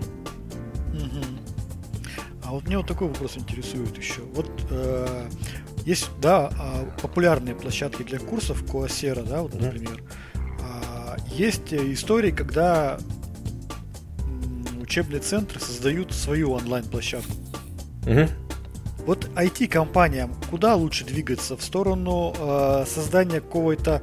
B: А вот меня вот такой вопрос интересует еще. Вот есть, да, популярные площадки для курсов, Coursera, да, вот, например. Есть истории, когда учебные центры создают свою онлайн-площадку. Вот IT-компаниям куда лучше двигаться? В сторону создания какого-то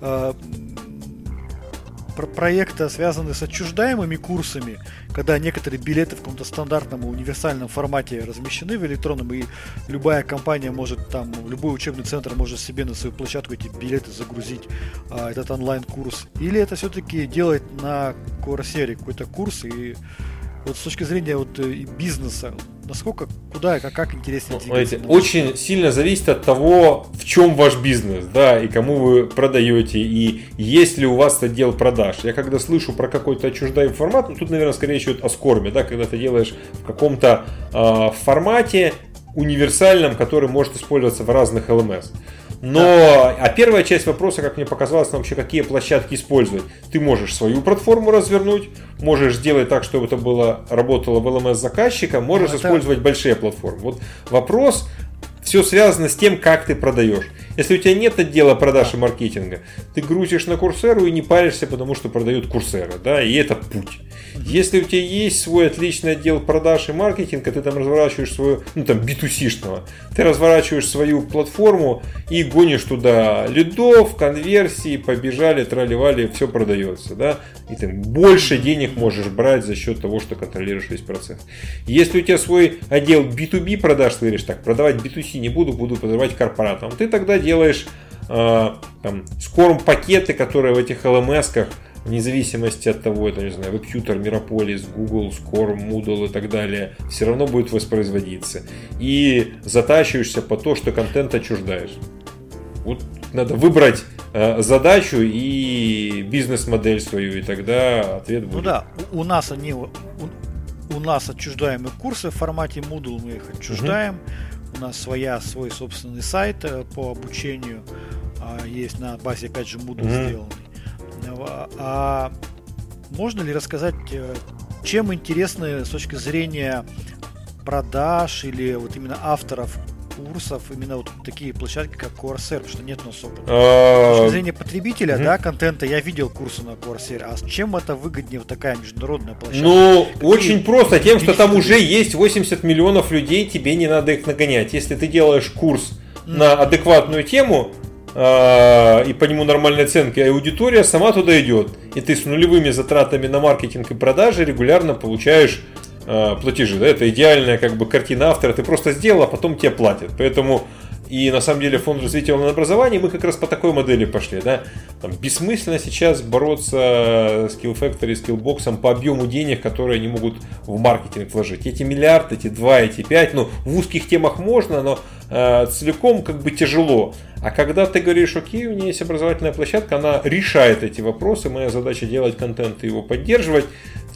B: проекта, связанного с отчуждаемыми курсами, когда некоторые билеты в каком-то стандартном универсальном формате размещены в электронном, и любая компания может там, любой учебный центр может себе на свою площадку эти билеты загрузить, этот онлайн-курс. Или это все-таки делать на Coursera какой-то курс, и вот с точки зрения вот бизнеса, насколько, куда и как интереснее двигаться?
D: Очень сильно зависит от того, в чем ваш бизнес, да, и кому вы продаете, и есть ли у вас отдел продаж. Я когда слышу про какой-то отчуждаемый формат, ну, тут, наверное, скорее идет о скорме, да, когда ты делаешь в каком-то формате универсальном, который может использоваться в разных LMS. Но, первая часть вопроса, как мне показалось, вообще какие площадки использовать. Ты можешь свою платформу развернуть, можешь сделать так, чтобы это работало в LMS заказчика, можешь использовать большие платформы. Вот вопрос, все связано с тем, как ты продаешь. Если у тебя нет отдела продаж и маркетинга, ты грузишь на Coursera и не паришься, потому что продают Coursera, да, и это путь. Если у тебя есть свой отличный отдел продаж и маркетинга, ты там разворачиваешь свою, B2C-шного, ты разворачиваешь свою платформу и гонишь туда лидов, конверсии, побежали, трали-вали, все продается, да, и ты больше денег можешь брать за счет того, что контролируешь весь процесс. Если у тебя свой отдел B2B продаж, ты говоришь, так, продавать B2C не буду продавать корпоратам, ты тогда делаешь скорм-пакеты, которые в этих LMS-ках, вне зависимости от того, это, не знаю, WebTutor, Mirapolis, Google, Scorm, Moodle и так далее, все равно будет воспроизводиться. И затачиваешься по то, что контент отчуждаешь. Вот надо выбрать задачу и бизнес-модель свою, и тогда ответ будет.
B: Ну да, у нас отчуждаемые курсы в формате Moodle, мы их отчуждаем. У нас свой собственный сайт по обучению есть на базе, опять же, Moodle сделанный. А можно ли рассказать, чем интересны с точки зрения продаж или вот именно авторов курсов именно вот такие площадки, как Coursera, потому что нет у нас опыта. С точки зрения потребителя, да, контента, я видел курсы на Coursera, а с чем это выгоднее вот такая международная площадка?
D: Ну, очень просто, тем, что там уже есть 80 миллионов людей, тебе не надо их нагонять. Если ты делаешь курс на адекватную тему, и по нему нормальная оценка, и аудитория сама туда идет, и ты с нулевыми затратами на маркетинг и продажи регулярно получаешь платежи. Да? Это идеальная как бы картина автора, ты просто сделал, а потом тебе платят. Поэтому И на самом деле фонд развития онлайн-образования, мы как раз по такой модели пошли. Да? Там, бессмысленно сейчас бороться с Skill Factory, Skillbox по объему денег, которые они могут в маркетинг вложить. Эти миллиард, эти 2, эти 5, ну, в узких темах можно, но целиком как бы тяжело. А когда ты говоришь, окей, у меня есть образовательная площадка, она решает эти вопросы, моя задача делать контент и его поддерживать,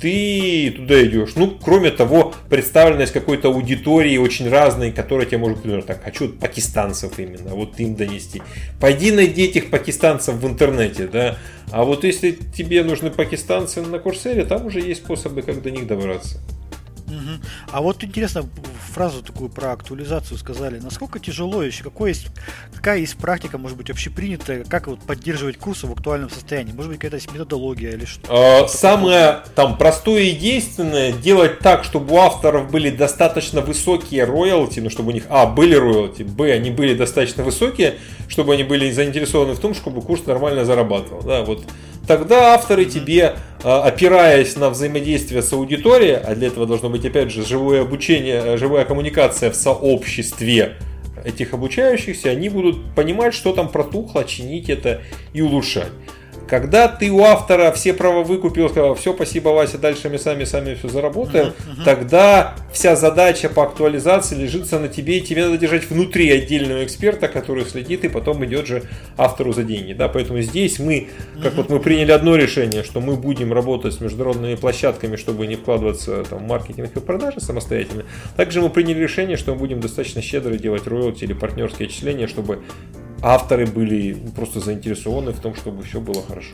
D: ты туда идешь. Ну, кроме того, представленность какой-то аудитории очень разной, которая тебе может предложить, так, хочу пакистанцев именно, вот им донести. Пойди найди этих пакистанцев в интернете, да. А вот если тебе нужны пакистанцы на Курсере, там уже есть способы, как до них добраться.
B: Угу. А вот интересно, фразу такую про актуализацию сказали. Насколько тяжело еще, какая есть практика, может быть, общепринятая, как вот поддерживать курсы в актуальном состоянии? Может быть, какая-то есть методология или что?
D: Самое там простое и действенное делать так, чтобы у авторов были достаточно высокие роялти, ну чтобы у них были роялти, они были достаточно высокие, чтобы они были заинтересованы в том, чтобы курс нормально зарабатывал. Да, вот. Тогда авторы тебе, опираясь на взаимодействие с аудиторией, а для этого должно быть, опять же, живое обучение, живая коммуникация в сообществе этих обучающихся, они будут понимать, что там протухло, чинить это и улучшать. Когда ты у автора все права выкупил, сказал, все, спасибо, Вася, дальше мы сами все заработаем, тогда вся задача по актуализации лежится на тебе, и тебе надо держать внутри отдельного эксперта, который следит, и потом идет же автору за деньги. Да? Поэтому здесь мы, как вот мы приняли одно решение, что мы будем работать с международными площадками, чтобы не вкладываться там, в маркетинг и продажи самостоятельно. Также мы приняли решение, что мы будем достаточно щедро делать роялти или партнерские отчисления, чтобы авторы были просто заинтересованы в том, чтобы все было хорошо.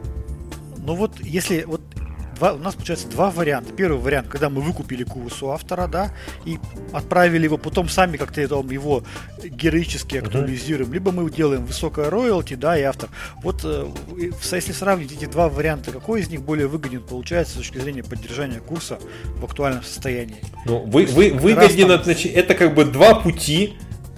B: Ну вот, если вот у нас получается два варианта. Первый вариант, когда мы выкупили курс у автора, да, и отправили его, потом сами как-то его героически актуализируем, либо мы делаем высокое роялти, да, и автор. Вот если сравнить эти два варианта, какой из них более выгоден получается с точки зрения поддержания курса в актуальном состоянии?
D: Ну, выгоден, это как бы два пути.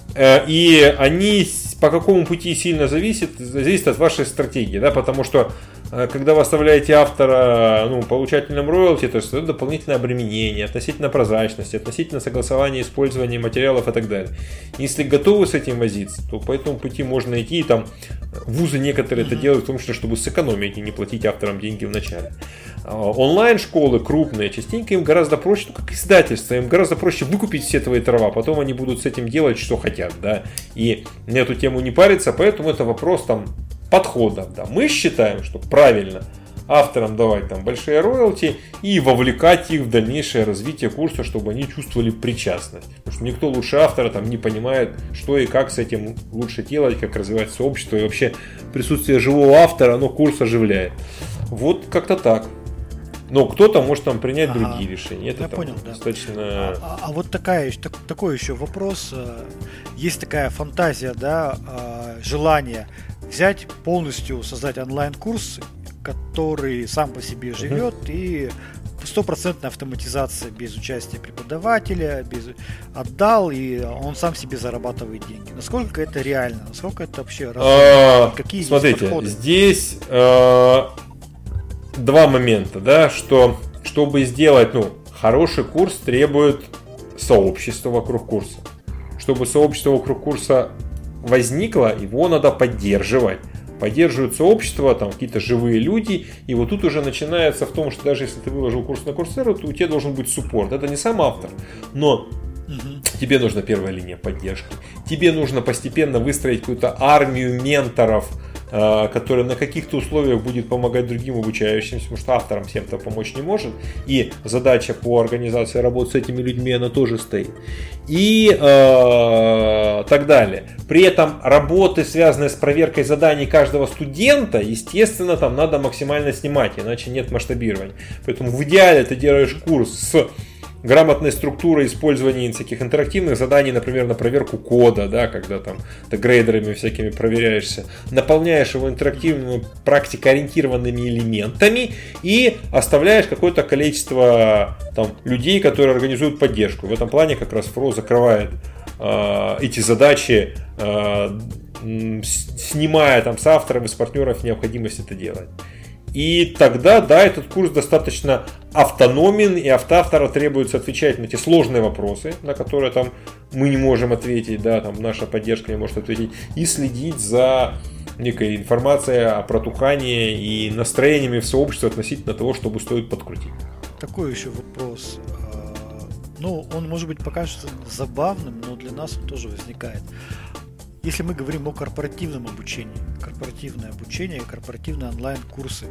D: И они по какому пути сильно зависит от вашей стратегии, да, потому что когда вы оставляете автора получателем роялти, то есть это дополнительное обременение относительно прозрачности, относительно согласования, использования материалов и так далее. Если готовы с этим возиться, то по этому пути можно идти, и там вузы некоторые это делают в том числе, чтобы сэкономить и не платить авторам деньги в начале. Онлайн-школы крупные, частенько им гораздо проще, как издательство, им гораздо проще выкупить все твои трава, потом они будут с этим делать, что хотят, да, и на эту тему не париться, поэтому это вопрос там подхода, да. Мы считаем, что правильно авторам давать там большие роялти и вовлекать их в дальнейшее развитие курса, чтобы они чувствовали причастность, потому что никто лучше автора там не понимает, что и как с этим лучше делать, как развивать сообщество, и вообще присутствие живого автора, оно курс оживляет. Вот как-то так. Но кто-то может там принять другие решения. Это
B: я понял, да.
D: Достаточно...
B: А вот такой еще вопрос. Есть такая фантазия, да, желание взять полностью, создать онлайн-курс, который сам по себе живет и 100% автоматизация без участия преподавателя, отдал, и он сам себе зарабатывает деньги. Насколько это реально? Насколько это вообще разумно? Какие
D: смотрите, подходы? Здесь два момента, да, что чтобы сделать хороший курс, требует сообщества вокруг курса. Чтобы сообщество вокруг курса возникло, его надо поддерживать. Поддерживают сообщество, там какие-то живые люди, и вот тут уже начинается в том, что даже если ты выложил курс на Курсеру, то у тебя должен быть суппорт. Это не сам автор, но тебе нужна первая линия поддержки. Тебе нужно постепенно выстроить какую-то армию менторов, который на каких-то условиях будет помогать другим обучающимся, потому что авторам всем-то помочь не может. И задача по организации работы с этими людьми, она тоже стоит. И так далее. При этом работы, связанные с проверкой заданий каждого студента, естественно, там надо максимально снимать, иначе нет масштабирования. Поэтому в идеале ты делаешь курс с грамотной структурой использования всяких интерактивных заданий, например, на проверку кода, да, когда там ты грейдерами всякими проверяешься, наполняешь его интерактивными практикоориентированными элементами и оставляешь какое-то количество там людей, которые организуют поддержку. В этом плане как раз ФРО закрывает эти задачи, снимая там с авторов и с партнеров необходимость это делать. И тогда, да, этот курс достаточно автономен, и от автора требуется отвечать на те сложные вопросы, на которые там мы не можем ответить, да, там наша поддержка не может ответить, и следить за некой информацией о протухании и настроениями в сообществе относительно того, чтобы стоит подкрутить.
B: Такой еще вопрос. Ну, он, может быть, покажется забавным, но для нас он тоже возникает. Если мы говорим о корпоративном обучении, корпоративные онлайн-курсы,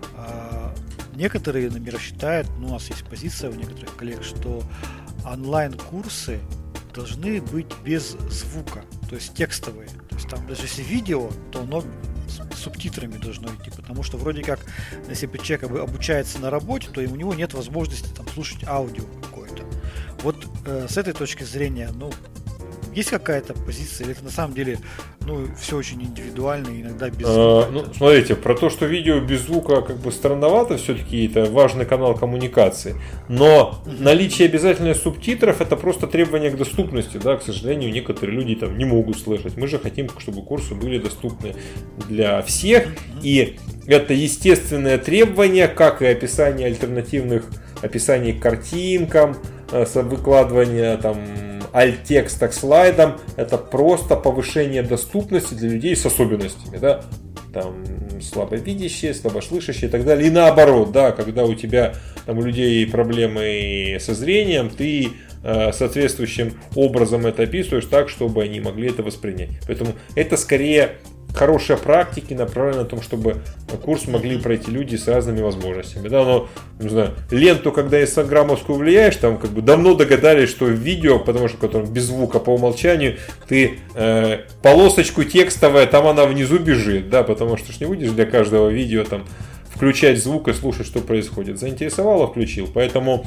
B: некоторые номера считают, у нас есть позиция у некоторых коллег, что онлайн-курсы должны быть без звука, то есть текстовые. То есть там даже если видео, то оно с субтитрами должно идти, потому что вроде как, если человек обучается на работе, то у него нет возможности там слушать аудио какое-то. Вот с этой точки зрения, есть какая-то позиция, или это на самом деле, все очень индивидуально, иногда без звука?
D: Смотрите, про то, что видео без звука как бы странновато, все-таки это важный канал коммуникации, но наличие обязательных субтитров это просто требование к доступности, да, к сожалению, некоторые люди там не могут слышать. Мы же хотим, чтобы курсы были доступны для всех, и это естественное требование, как и описание альтернативных описаний к картинкам, выкладывание там альт-текста к слайдам, это просто повышение доступности для людей с особенностями, да, там слабовидящие, слабослышащие и так далее, и наоборот, да, когда у тебя там у людей проблемы со зрением, ты соответствующим образом это описываешь так, чтобы они могли это воспринять. Поэтому это скорее хорошие практики, направленные на том, чтобы курс могли пройти люди с разными возможностями. Да, но, не знаю, ленту, когда инстаграмовскую влияешь, там как бы давно догадались, что в видео, потому что которым без звука по умолчанию, ты полосочку текстовая, там она внизу бежит, да, потому что ж не будешь для каждого видео там включать звук и слушать, что происходит. Заинтересовало, включил. Поэтому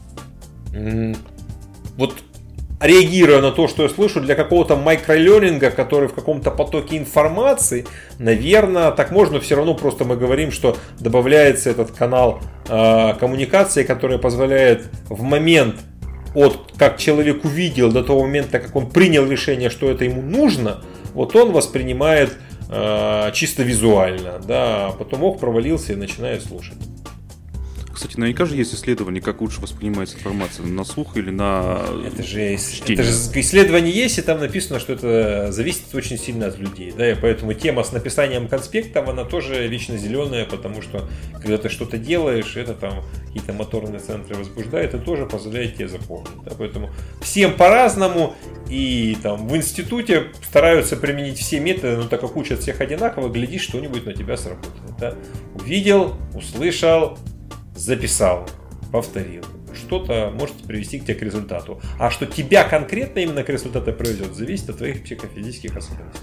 D: вот реагируя на то, что я слышу, для какого-то микролернинга, который в каком-то потоке информации, наверное, так можно, все равно просто мы говорим, что добавляется этот канал коммуникации, который позволяет в момент от как человек увидел до того момента, как он принял решение, что это ему нужно, вот он воспринимает чисто визуально, да, а потом провалился и начинает слушать.
A: Кстати, наверняка же есть исследования, как лучше воспринимается информация, на слух или на чтение.
D: Это же исследование есть, и там написано, что это зависит очень сильно от людей. Да, и поэтому тема с написанием конспектов, она тоже вечно зеленая, потому что когда ты что-то делаешь, это там какие-то моторные центры возбуждает, и тоже позволяет тебе запомнить. Да, поэтому всем по-разному, и там в институте стараются применить все методы, но так как учат всех одинаково, глядишь, что-нибудь на тебя сработает. Да? Увидел, услышал, записал, повторил. Что-то может привести к тебе к результату. А что тебя конкретно именно к результату приведет, зависит от твоих психофизических особенностей.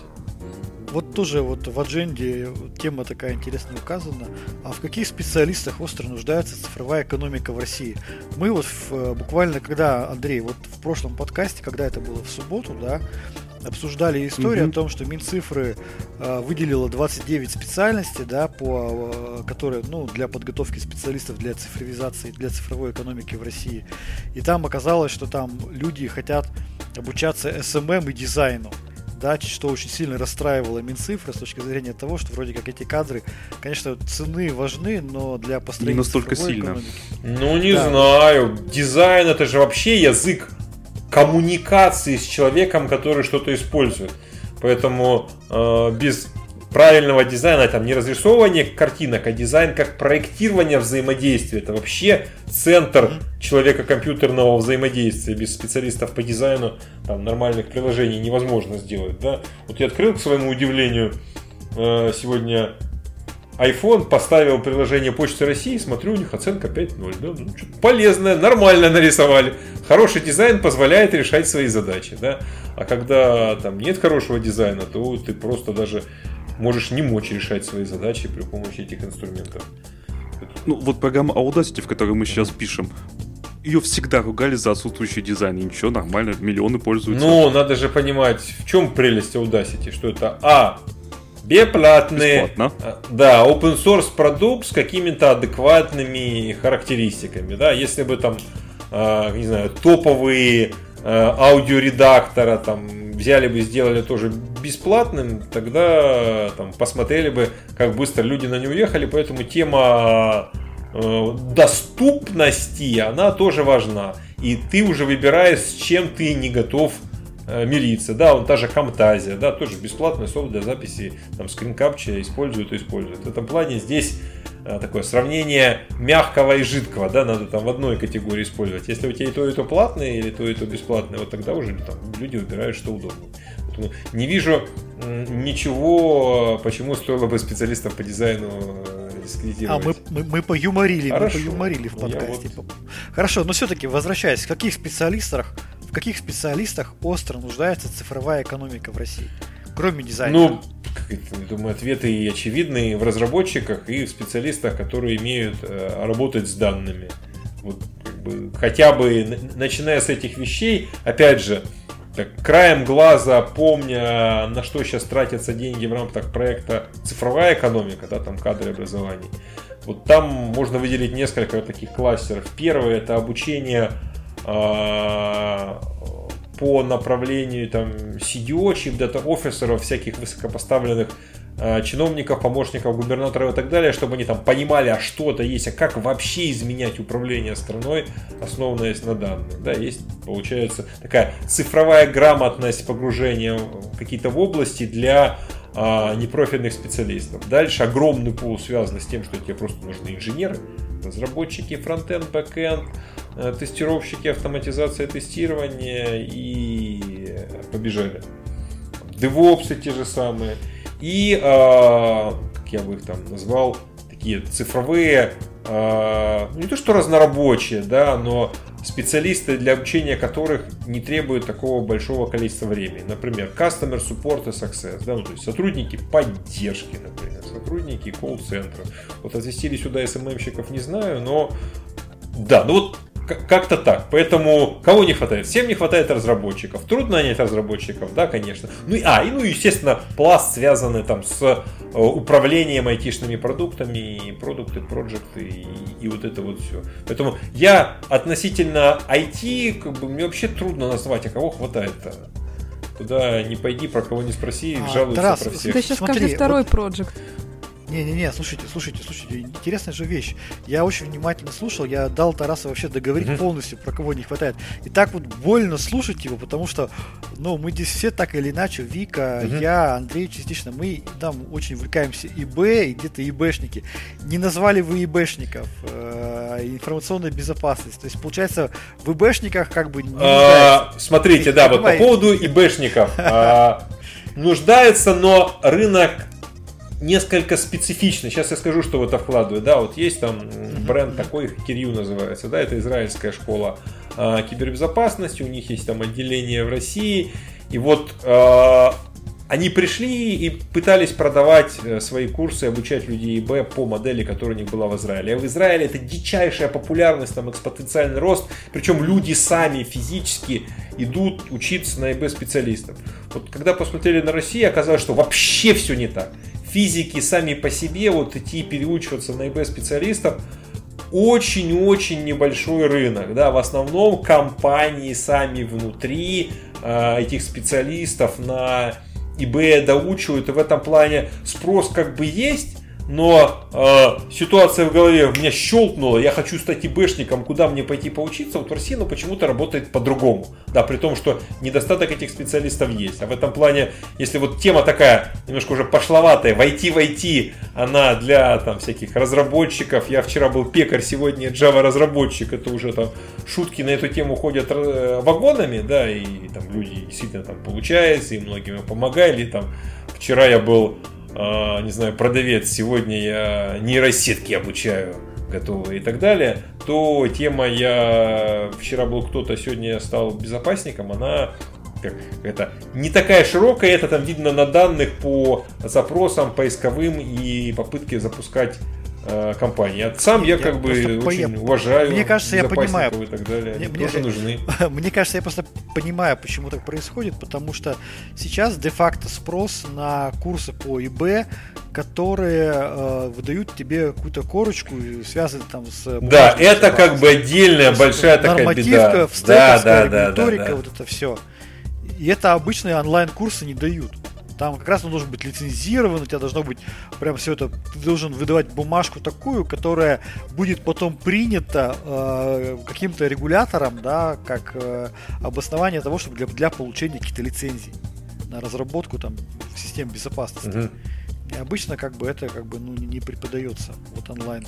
B: Вот тоже вот в адженде тема такая интересная указана. А в каких специалистах остро нуждается цифровая экономика в России? Мы вот буквально, когда, Андрей, вот в прошлом подкасте, когда это было в субботу, да, обсуждали историю о том, что Минцифры выделила 29 специальностей, да, которые, для подготовки специалистов для цифровизации, для цифровой экономики в России. И там оказалось, что там люди хотят обучаться SMM и дизайну. Да, что очень сильно расстраивало Минцифры с точки зрения того, что вроде как эти кадры, конечно, цены важны, но для построения
A: не настолько
B: цифровой
A: сильно.
B: Экономики...
D: Не знаю. Дизайн — это же вообще язык коммуникации с человеком, который что-то использует. Поэтому без правильного дизайна, там не разрисовывание картинок, а дизайн как проектирование взаимодействия. Это вообще центр человека-компьютерного взаимодействия. Без специалистов по дизайну там нормальных приложений невозможно сделать. Да? Вот я открыл, к своему удивлению, сегодня iPhone, поставил приложение Почты России, смотрю, у них оценка 5.0. Да? Полезное, нормально нарисовали. Хороший дизайн позволяет решать свои задачи. Да? А когда там нет хорошего дизайна, то ты просто даже можешь не мочь решать свои задачи при помощи этих инструментов.
A: Вот программа Audacity, в которой мы сейчас пишем, ее всегда ругали за отсутствующий дизайн. И ничего, нормально, миллионы пользуются.
D: Надо же понимать, в чем прелесть Audacity, что это бесплатный, да, open source продукт с какими-то адекватными характеристиками. Да? Если бы там, не знаю, топовые аудиоредактора там взяли бы, сделали тоже бесплатным, тогда там посмотрели бы, как быстро люди на него ехали. Поэтому тема доступности, она тоже важна. И ты уже выбираешь, с чем ты не готов мириться. Да, та же Camtasia, да, тоже бесплатный софт для записи там скринкапча используют. В этом плане здесь такое сравнение мягкого и жидкого, да, надо там в одной категории использовать. Если у тебя и то платное, или то бесплатное, вот тогда уже там люди выбирают, что удобно. Поэтому не вижу ничего, почему стоило бы специалистов по дизайну дискредитировать.
B: Мы поюморили, хорошо. Мы поюморили в подкасте. Хорошо, но все-таки возвращаясь, в каких специалистах остро нуждается цифровая экономика в России, кроме дизайнера?
D: Я думаю, ответы и очевидные в разработчиках и в специалистах, которые умеют работать с данными. Вот, хотя бы начиная с этих вещей, опять же, так, краем глаза, помня, на что сейчас тратятся деньги в рамках проекта «Цифровая экономика», да, там кадры образования, вот там можно выделить несколько таких кластеров. Первый – это обучение по направлению там CDO, Chief Data Officer, всяких высокопоставленных чиновников, помощников губернаторов и так далее, чтобы они там понимали, а что это есть, а как вообще изменять управление страной, основанное на данных. Да, есть, получается, такая цифровая грамотность погружения в какие-то области для непрофильных специалистов. Дальше огромный пул связан с тем, что тебе просто нужны инженеры, разработчики, фронтенд, бэкенд, тестировщики, автоматизация тестирования и побежали. DevOps те же самые. И, как я бы их там назвал, такие цифровые, не то что разнорабочие, да, но специалисты, для обучения которых не требует такого большого количества времени. Например, Customer Support и Success, да, то есть сотрудники поддержки, например, сотрудники колл-центра. Вот отвести сюда СММщиков не знаю, но да, вот как-то так. Поэтому кого не хватает? Всем не хватает разработчиков. Трудно нанять разработчиков, да, конечно. Естественно, пласт, связанный там с управлением айтишными продуктами, продукты, проекты и вот это вот все. Поэтому я относительно IT, мне вообще трудно назвать, а кого хватает-то. Куда не пойди, про кого не спроси, жалуются
C: Тарас,
D: про всех.
C: Это сейчас каждый второй проект.
B: Не-не-не, слушайте, интересная же вещь. Я очень внимательно слушал, я дал Тарасу вообще договорить полностью, про кого не хватает. И так вот больно слушать его, потому что, мы здесь все так или иначе, Вика, я, Андрей частично, мы там очень увлекаемся ИБ и где-то ИБшники. Не назвали вы ИБшников, информационная безопасность. То есть, получается, в ИБшниках как бы не нуждается.
D: Смотрите, да, вот по поводу ИБшников. Нуждается, но рынок несколько специфично. Сейчас я скажу, что в это вкладываю. Да, вот есть там бренд такой, Кирью называется, да, это израильская школа кибербезопасности, у них есть там отделение в России, и вот они пришли и пытались продавать свои курсы, обучать людей ИБ по модели, которая у них была в Израиле. А в Израиле это дичайшая популярность, там экспоненциальный рост, причем люди сами физически идут учиться на ИБ специалистов. Вот когда посмотрели на Россию, оказалось, что вообще все не так. Физики сами по себе, вот идти переучиваться на ИБ специалистов, очень-очень небольшой рынок. Да? В основном компании сами внутри этих специалистов на ИБ доучивают, и в этом плане спрос как бы есть, но ситуация в голове у меня щелкнула, я хочу стать ИБшником, куда мне пойти поучиться, вот в России почему-то работает по-другому, да, при том, что недостаток этих специалистов есть, а в этом плане, если вот тема такая немножко уже пошловатая, войти в IT, она для там всяких разработчиков, я вчера был пекарь, сегодня Java разработчик, это уже там шутки на эту тему ходят вагонами, да, и там люди действительно там получается, и многим помогали, там вчера я был не знаю, продавец, сегодня я нейросетки обучаю готовые и так далее, то тема я вчера был кто-то, сегодня я стал безопасником, она не такая широкая, это там видно на данных по запросам поисковым и попытке запускать компании. А сам я как бы очень уважаю.
B: Мне кажется, я понимаю.
D: И так далее. Они тоже нужны.
B: Мне кажется, я просто понимаю, почему так происходит, потому что сейчас де-факто спрос на курсы по ИБ, которые выдают тебе какую-то корочку, связанную там с...
D: Да, это как бы отдельная большая такая беда.
B: Нормативка, стековская регуляторика, вот это все. И это обычные онлайн-курсы не дают. Там как раз он должен быть лицензирован, у тебя должно быть прям все это, ты должен выдавать бумажку такую, которая будет потом принята каким-то регулятором, да, как обоснование того, чтобы для получения каких-то лицензий на разработку там систем безопасности. Угу. И обычно как бы это как бы не преподается вот онлайн.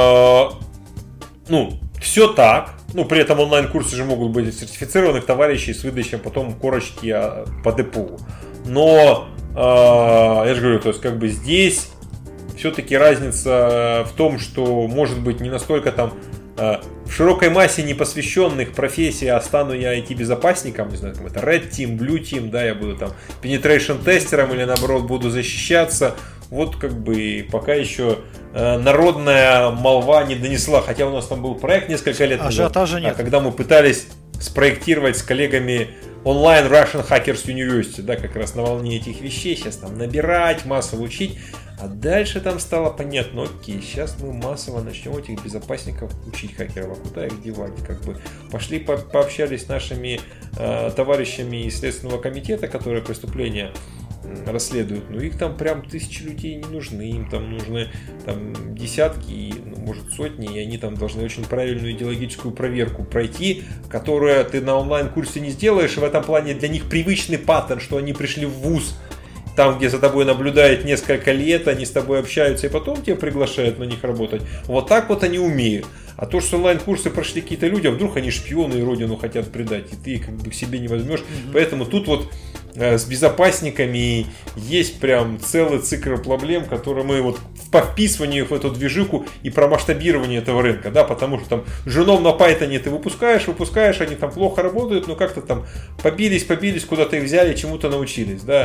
D: Все так. При этом онлайн-курсы же могут быть сертифицированных товарищей с выдачей потом корочки по ДПУ. Но я же говорю, то есть как бы здесь все-таки разница в том, что может быть не настолько там в широкой массе непосвященных профессий, а стану я IT-безопасником, не знаю, это Red Team, Blue Team, да, я буду там penetration тестером или наоборот буду защищаться. Вот как бы пока еще народная молва не донесла, хотя у нас там был проект несколько лет назад, когда мы пытались спроектировать с коллегами онлайн Russian Hackers University, да, как раз на волне этих вещей, сейчас там набирать, массово учить, а дальше там стало понятно, окей, сейчас мы массово начнем этих безопасников учить хакеров, а куда их девать, как бы пошли пообщались с нашими товарищами из Следственного комитета, которые преступления расследуют, их там прям 1000 людей не нужны, им там нужны там десятки, может сотни, и они там должны очень правильную идеологическую проверку пройти, которую ты на онлайн-курсе не сделаешь, и в этом плане для них привычный паттерн, что они пришли в вуз, там, где за тобой наблюдают несколько лет, они с тобой общаются и потом тебя приглашают на них работать. Вот так вот они умеют. А то, что онлайн-курсы прошли какие-то люди, а вдруг они шпионы и родину хотят предать, и ты их как бы к себе не возьмешь. Поэтому тут вот с безопасниками есть прям целый цикл проблем, которые мы вот по вписыванию в эту движуху и про масштабирование этого рынка, да, потому что там женом на Python ты выпускаешь, они там плохо работают, но как-то там побились, куда-то их взяли, чему-то научились, да.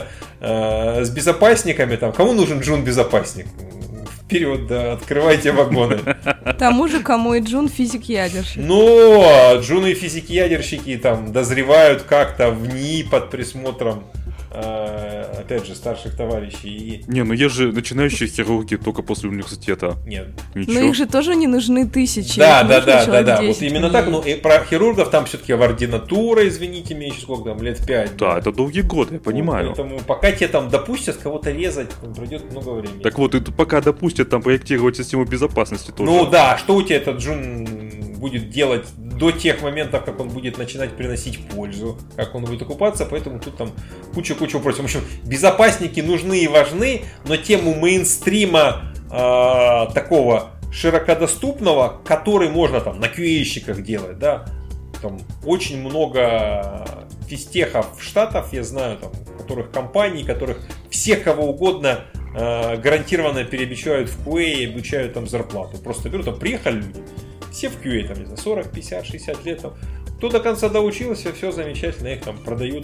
D: С безопасниками там, кому нужен джун-безопасник? Вперед, да, открывайте вагоны.
C: Тому же, кому и джун физик-ядерщик.
D: Джуны и физики-ядерщики там дозревают как-то в НИИ под присмотром, опять же, старших товарищей.
A: Есть же начинающие хирурги только после университета.
D: Нет.
C: Но их же тоже не нужны тысячи.
D: Да. Вот именно так. И про хирургов там все-таки в ординатура, извините меня, еще сколько там, лет 5.
A: Да, это долгие годы, я понимаю.
D: Поэтому пока тебе там допустят кого-то резать, пройдет много времени.
A: Так вот, и пока допустят там проектировать систему безопасности тоже.
D: Что у тебя этот джун будет делать до тех моментов, как он будет начинать приносить пользу, как он будет окупаться, поэтому тут там куча вопросов. В общем, безопасники нужны и важны, но тему мейнстрима такого широкодоступного, который можно там на QA-щиках делать, да, там очень много физтехов штатов, я знаю, там, которых компаний, которых всех кого угодно гарантированно переобещают в QA и обучают там зарплату. Просто берут, там приехали люди, все в QA, там, не знаю, 40, 50, 60 лет, там, кто до конца доучился, все замечательно, их там продают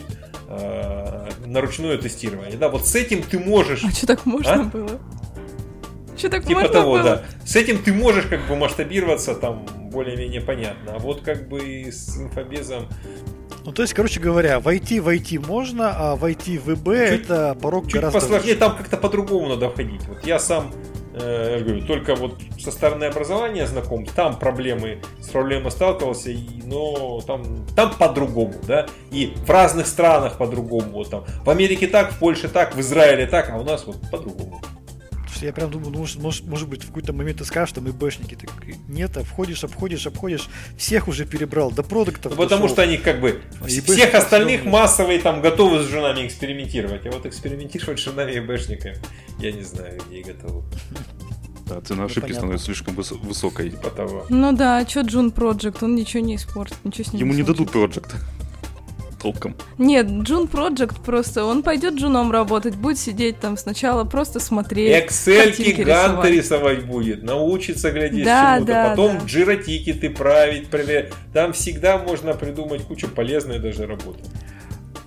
D: на ручное тестирование. Да, вот с этим ты можешь...
C: А что так можно было? Что так
D: типа
C: можно
D: того,
C: было?
D: Да. С этим ты можешь как бы масштабироваться, там, более-менее понятно. А вот как бы с инфобезом...
B: То есть, короче говоря, в IT можно, а в IT в ИБ это порог
D: чуть
B: гораздо
D: посложнее,
B: выше.
D: там как-то по-другому надо входить. Вот я сам, я говорю, только вот со стороны образования знаком, там с проблемой сталкивался, но там по-другому, да, и в разных странах по-другому, вот там, в Америке так, в Польше так, в Израиле так, а у нас вот по-другому.
B: Я прям думаю, может быть, в какой-то момент ты скажешь, там ИБшники, так нет, обходишь, всех уже перебрал, до продуктов.
D: Потому что они как бы всех остальных массовые там готовы с женами экспериментировать, а вот экспериментировать с женами ИБшниками, я не знаю, где готовы.
A: Да, цена ошибки становится слишком высокой.
D: Типа того.
C: Ну да, а что Джун Project, он ничего не испортит, ничего с ним
A: Ему
C: не
A: не дадут Project. Толком.
C: Нет, Джун Project просто, он пойдет джуном работать, будет сидеть там сначала, просто смотреть.
D: Excel-ки Ганта рисовать будет, научится глядеть чему-то, потом джиротикеты править, проверять. Там всегда можно придумать кучу полезной даже работы.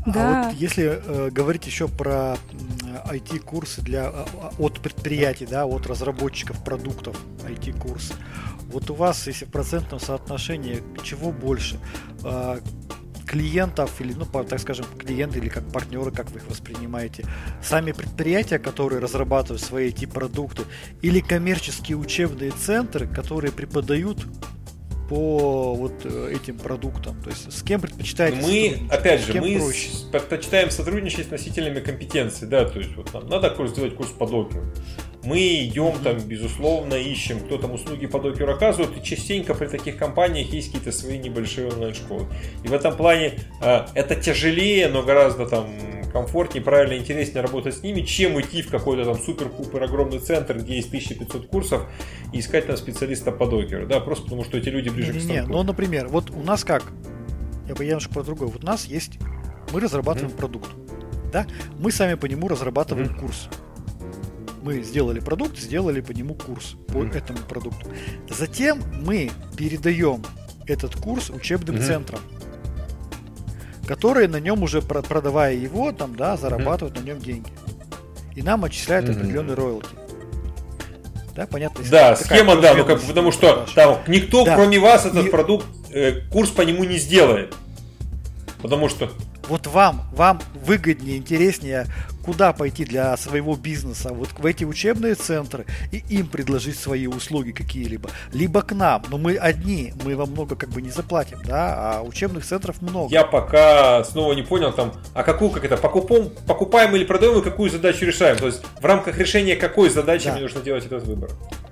C: Да.
B: А вот если говорить еще про IT-курсы от предприятий, да, от разработчиков продуктов IT-курсы, вот у вас, если в процентном соотношении, чего больше? Клиентов или, так скажем, клиенты или как партнеры, как вы их воспринимаете, сами предприятия, которые разрабатывают свои IT-продукты, или коммерческие учебные центры, которые преподают по вот этим продуктам? То есть с кем предпочитаете
D: сотрудничать? Опять же, мы предпочитаем сотрудничать с носителями компетенций, да, то есть вот нам надо сделать курс по докеру. Мы идем там, безусловно, ищем, кто там услуги по докеру оказывает, и частенько при таких компаниях есть какие-то свои небольшие онлайн-школы. И в этом плане это тяжелее, но гораздо там комфортнее, правильно, интереснее работать с ними, чем идти в какой-то там супер-пупер огромный центр, где есть 1500 курсов, и искать там специалиста по докеру, да, просто потому что эти люди ближе к станку.
B: Ну, например, вот у нас как, я бы немножко про другое, вот у нас есть, мы разрабатываем продукт, да, мы сами по нему разрабатываем курс. Мы сделали продукт, сделали по нему курс по этому продукту. Затем мы передаем этот курс учебным центрам, которые на нем уже, продавая его, там, да, зарабатывают на нем деньги. И нам отчисляют определенные роялти. Да, понятно?
D: Да, схема, да, ну, потому что там никто, кроме вас, этот продукт, курс по нему не сделает. Потому что...
B: Вот вам выгоднее, интереснее, куда пойти для своего бизнеса, вот в эти учебные центры и им предложить свои услуги какие-либо, либо к нам, но мы одни, мы вам много как бы не заплатим, да, а учебных центров много.
D: Я пока снова не понял там, покупаем или продаем и какую задачу решаем, то есть в рамках решения какой задачи мне нужно делать этот выбор.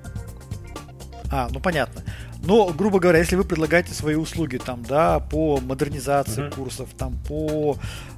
B: Ну понятно. Но, грубо говоря, если вы предлагаете свои услуги там, да, по модернизации курсов, там, по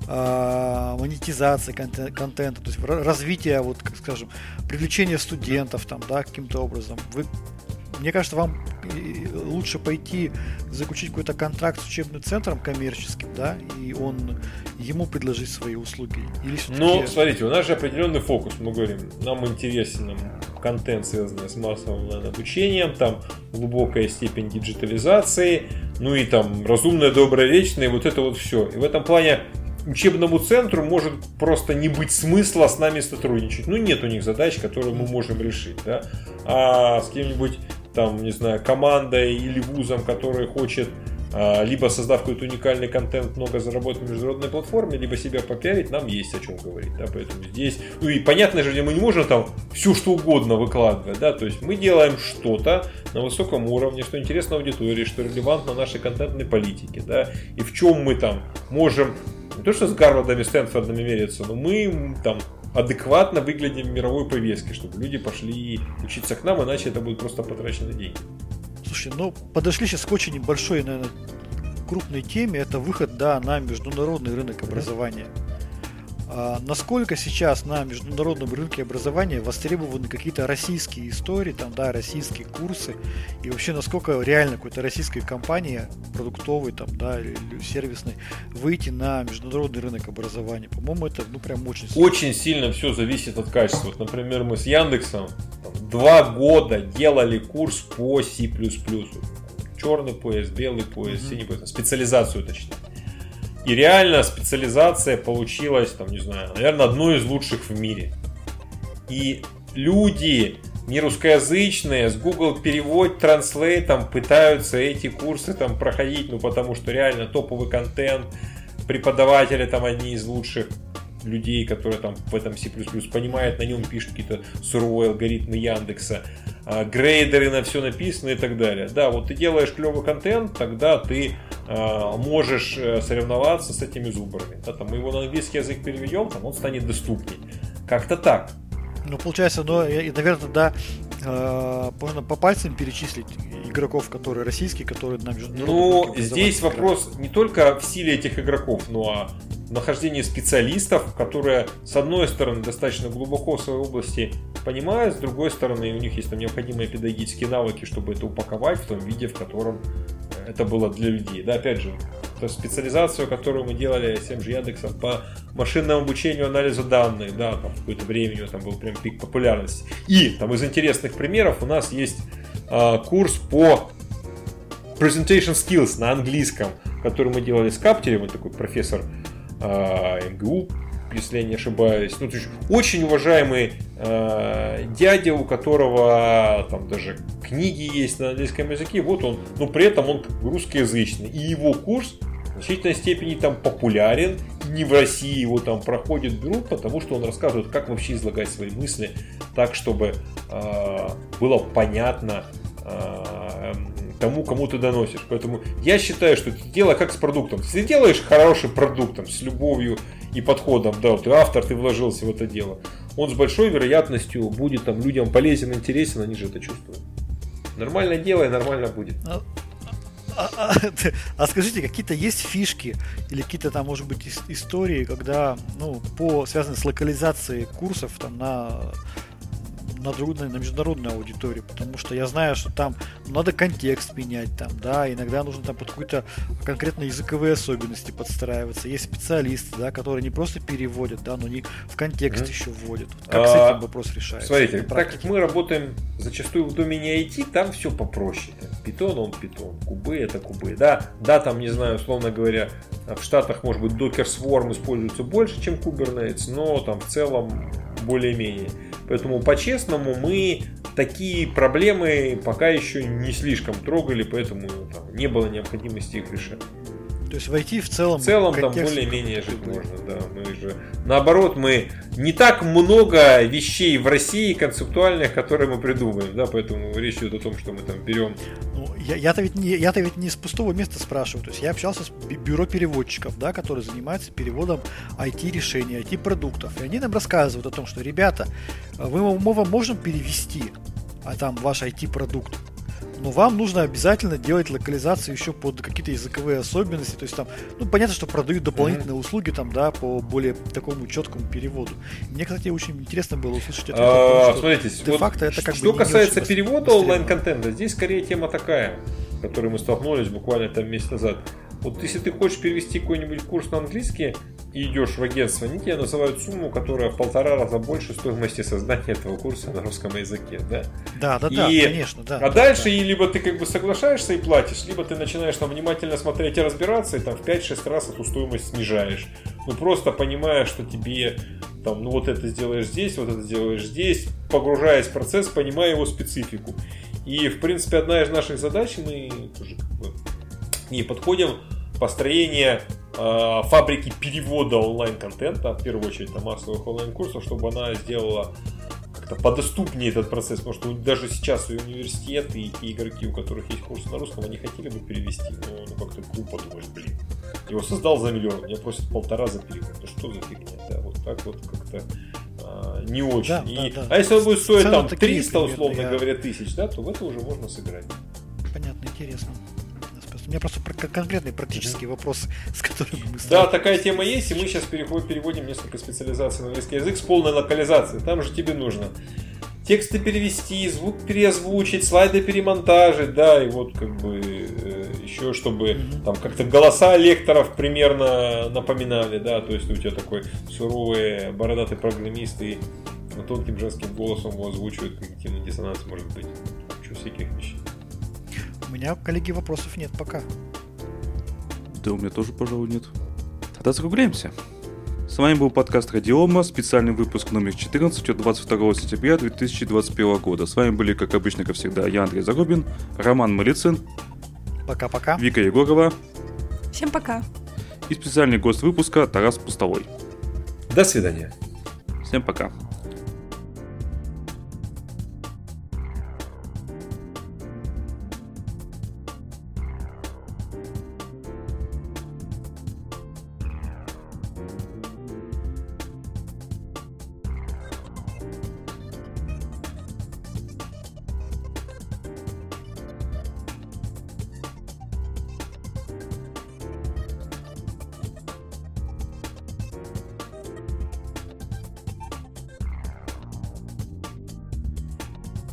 B: монетизации контента, то есть развитие, вот, как скажем, привлечение студентов там, да, каким-то образом, мне кажется, вам лучше пойти заключить какой-то контракт с учебным центром коммерческим, да, и ему предложить свои услуги. Или
D: ну, смотрите, у нас же определенный фокус, мы говорим, нам интересен контент, связанный с массовым обучением, там глубокая степень диджитализации, ну и там разумная, добрая, вечная, и вот это вот все. И в этом плане учебному центру может просто не быть смысла с нами сотрудничать. Ну, нет у них задач, которые мы можем решить, да. А с кем-нибудь там, не знаю, командой или вузом, который хочет, либо создав какой-то уникальный контент, много заработать на международной платформе, либо себя попиарить, нам есть о чем говорить, да, поэтому здесь, ну и понятно же, где мы не можем там все что угодно выкладывать, да, то есть мы делаем что-то на высоком уровне, что интересно аудитории, что релевантно нашей контентной политике, да, и в чем мы там можем, не то что с Гарвардами, Стэнфордами мериться, но мы там адекватно выглядим в мировой повестке, чтобы люди пошли учиться к нам, иначе это будет просто потраченные деньги.
B: Слушай, ну подошли сейчас к очень большой, наверное, крупной теме, это выход, да, на международный рынок образования. Насколько сейчас на международном рынке образования востребованы какие-то российские истории, там, да, российские курсы, и вообще насколько реально какой-то российской компании, продуктовой, там, да, или сервисной, выйти на международный рынок образования? По-моему, это, ну, прям очень сложно.
D: Очень сильно все зависит от качества. Вот, например, мы с Яндексом 2 года делали курс по C++. Черный пояс, белый пояс, синий пояс, специализацию точнее. И реально специализация получилась, там, не знаю, наверное, одной из лучших в мире. И люди не русскоязычные с Google Перевод, Translate пытаются эти курсы там проходить, ну потому что реально топовый контент, преподаватели там одни из лучших людей, которые там в этом C++ понимают, на нем пишут какие-то суровые алгоритмы Яндекса, грейдеры на все написано и так далее. Да, вот ты делаешь клевый контент, тогда ты можешь соревноваться с этими зубрами. Да, там мы его на английский язык переведем, там он станет доступней. Как-то так.
B: Ну, получается, наверное, да, можно по пальцам перечислить игроков, которые российские, которые на международном рынке.
D: Ну, здесь вопрос не только в силе этих игроков, но и нахождении специалистов, которые, с одной стороны, достаточно глубоко в своей области понимают, с другой стороны, у них есть там необходимые педагогические навыки, чтобы это упаковать в том виде, в котором это было для людей. Да, опять же, специализацию, которую мы делали с тем же Яндексом по машинному обучению, анализу данных, да, там в какое-то время у него там был прям пик популярности. И там из интересных примеров у нас есть курс по Presentation Skills на английском, который мы делали с Каптерем, он такой профессор МГУ, если я не ошибаюсь. Ну, то есть очень уважаемый дядя, у которого там даже книги есть на английском языке. Вот он, но при этом он русскоязычный. И его курс в значительной степени там популярен. Не в России его там проходит, берут, потому что он рассказывает, как вообще излагать свои мысли так, чтобы было понятно тому, кому ты доносишь. Поэтому я считаю, что это дело как с продуктом. Если ты делаешь хороший продукт с любовью и подходом, да, ты автор, ты вложился в это дело, он с большой вероятностью будет там людям полезен, интересен, они же это чувствуют. Нормально делай, нормально будет.
B: А скажите, какие-то есть фишки или какие-то там, может быть, истории, когда, связанные с локализацией курсов там на международную аудиторию, потому что я знаю, что там надо контекст менять, там, да, иногда нужно там под какие-то конкретные языковые особенности подстраиваться. Есть специалисты, да, которые не просто переводят, да, но они в контекст еще вводят. Вот как с этим вопрос решается?
D: Смотрите, так как мы работаем зачастую в домене IT, там все попроще. Python, он Python, кубы это кубы. Да, там, не знаю, условно говоря, в Штатах, может быть, Docker Swarm используется больше, чем Kubernetes, но там в целом более-менее. Поэтому, по-честному, мы такие проблемы пока еще не слишком трогали, поэтому там не было необходимости их решать.
B: То есть войти в целом
D: там более-менее жить можно, да. Наоборот, мы не так много вещей в России концептуальных, которые мы придумаем, да, поэтому речь идет о том, что мы там берем.
B: Я-то ведь не с пустого места спрашиваю. То есть я общался с бюро переводчиков, да, которые занимаются переводом IT-решений, IT-продуктов. И они нам рассказывают о том, что, ребята, мы вам можем перевести там ваш IT-продукт, но вам нужно обязательно делать локализацию еще под какие-то языковые особенности. То есть там, понятно, что продают дополнительные услуги там, да, по более такому четкому переводу. Мне, кстати, очень интересно было услышать ответ о том,
D: смотрите,
B: де-факто это как бы
D: что касается перевода онлайн-контента, здесь скорее тема такая, с которой мы столкнулись буквально там месяц назад. Вот если ты хочешь перевести какой-нибудь курс на английский и идешь в агентство, они тебе называют сумму, которая в 1,5 раза больше стоимости создания этого курса на русском языке. Да,
B: конечно. Да,
D: дальше либо ты как бы соглашаешься и платишь, либо ты начинаешь там внимательно смотреть и разбираться, и там в 5-6 раз эту стоимость снижаешь. Просто понимая, что тебе там, вот это сделаешь здесь, вот это сделаешь здесь, погружаясь в процесс, понимая его специфику. И, в принципе, одна из наших задач, мы тоже как бы и подходим построение фабрики перевода онлайн-контента, в первую очередь массовых онлайн-курсов, чтобы она сделала как-то подоступнее этот процесс, потому что даже сейчас и университеты, и те игроки, у которых есть курсы на русском, они хотели бы перевести, но как-то глупо думаешь, его создал за миллион, меня просят 1,5 за перевод, что за фигня, да, вот так вот как-то не очень. А если он будет стоить там 300, условно говоря, тысяч, да, то в это уже можно сыграть.
B: Понятно, интересно. У меня просто конкретные практические вопросы, с которыми мы...
D: Да, такая тема есть, и мы сейчас переводим несколько специализаций на английский язык с полной локализацией. Там же тебе нужно тексты перевести, звук переозвучить, слайды перемонтажить, да, и вот как бы еще чтобы там как-то голоса лекторов примерно напоминали, да, то есть у тебя такой суровый бородатый программист и тонким женским голосом его озвучивают, когнитивный диссонанс может быть, кучу всяких вещей.
B: У меня, коллеги, вопросов нет пока.
A: Да, у меня тоже, пожалуй, нет. Тогда закругляемся. С вами был подкаст Радиома, специальный выпуск номер 14 от 22 сентября 2021 года. С вами были, как обычно, как всегда, я, Андрей Зарубин, Роман Малицын.
B: Пока-пока.
A: Вика Егорова.
C: Всем пока.
A: И специальный гость выпуска Тарас Пустовой.
D: До свидания.
A: Всем пока.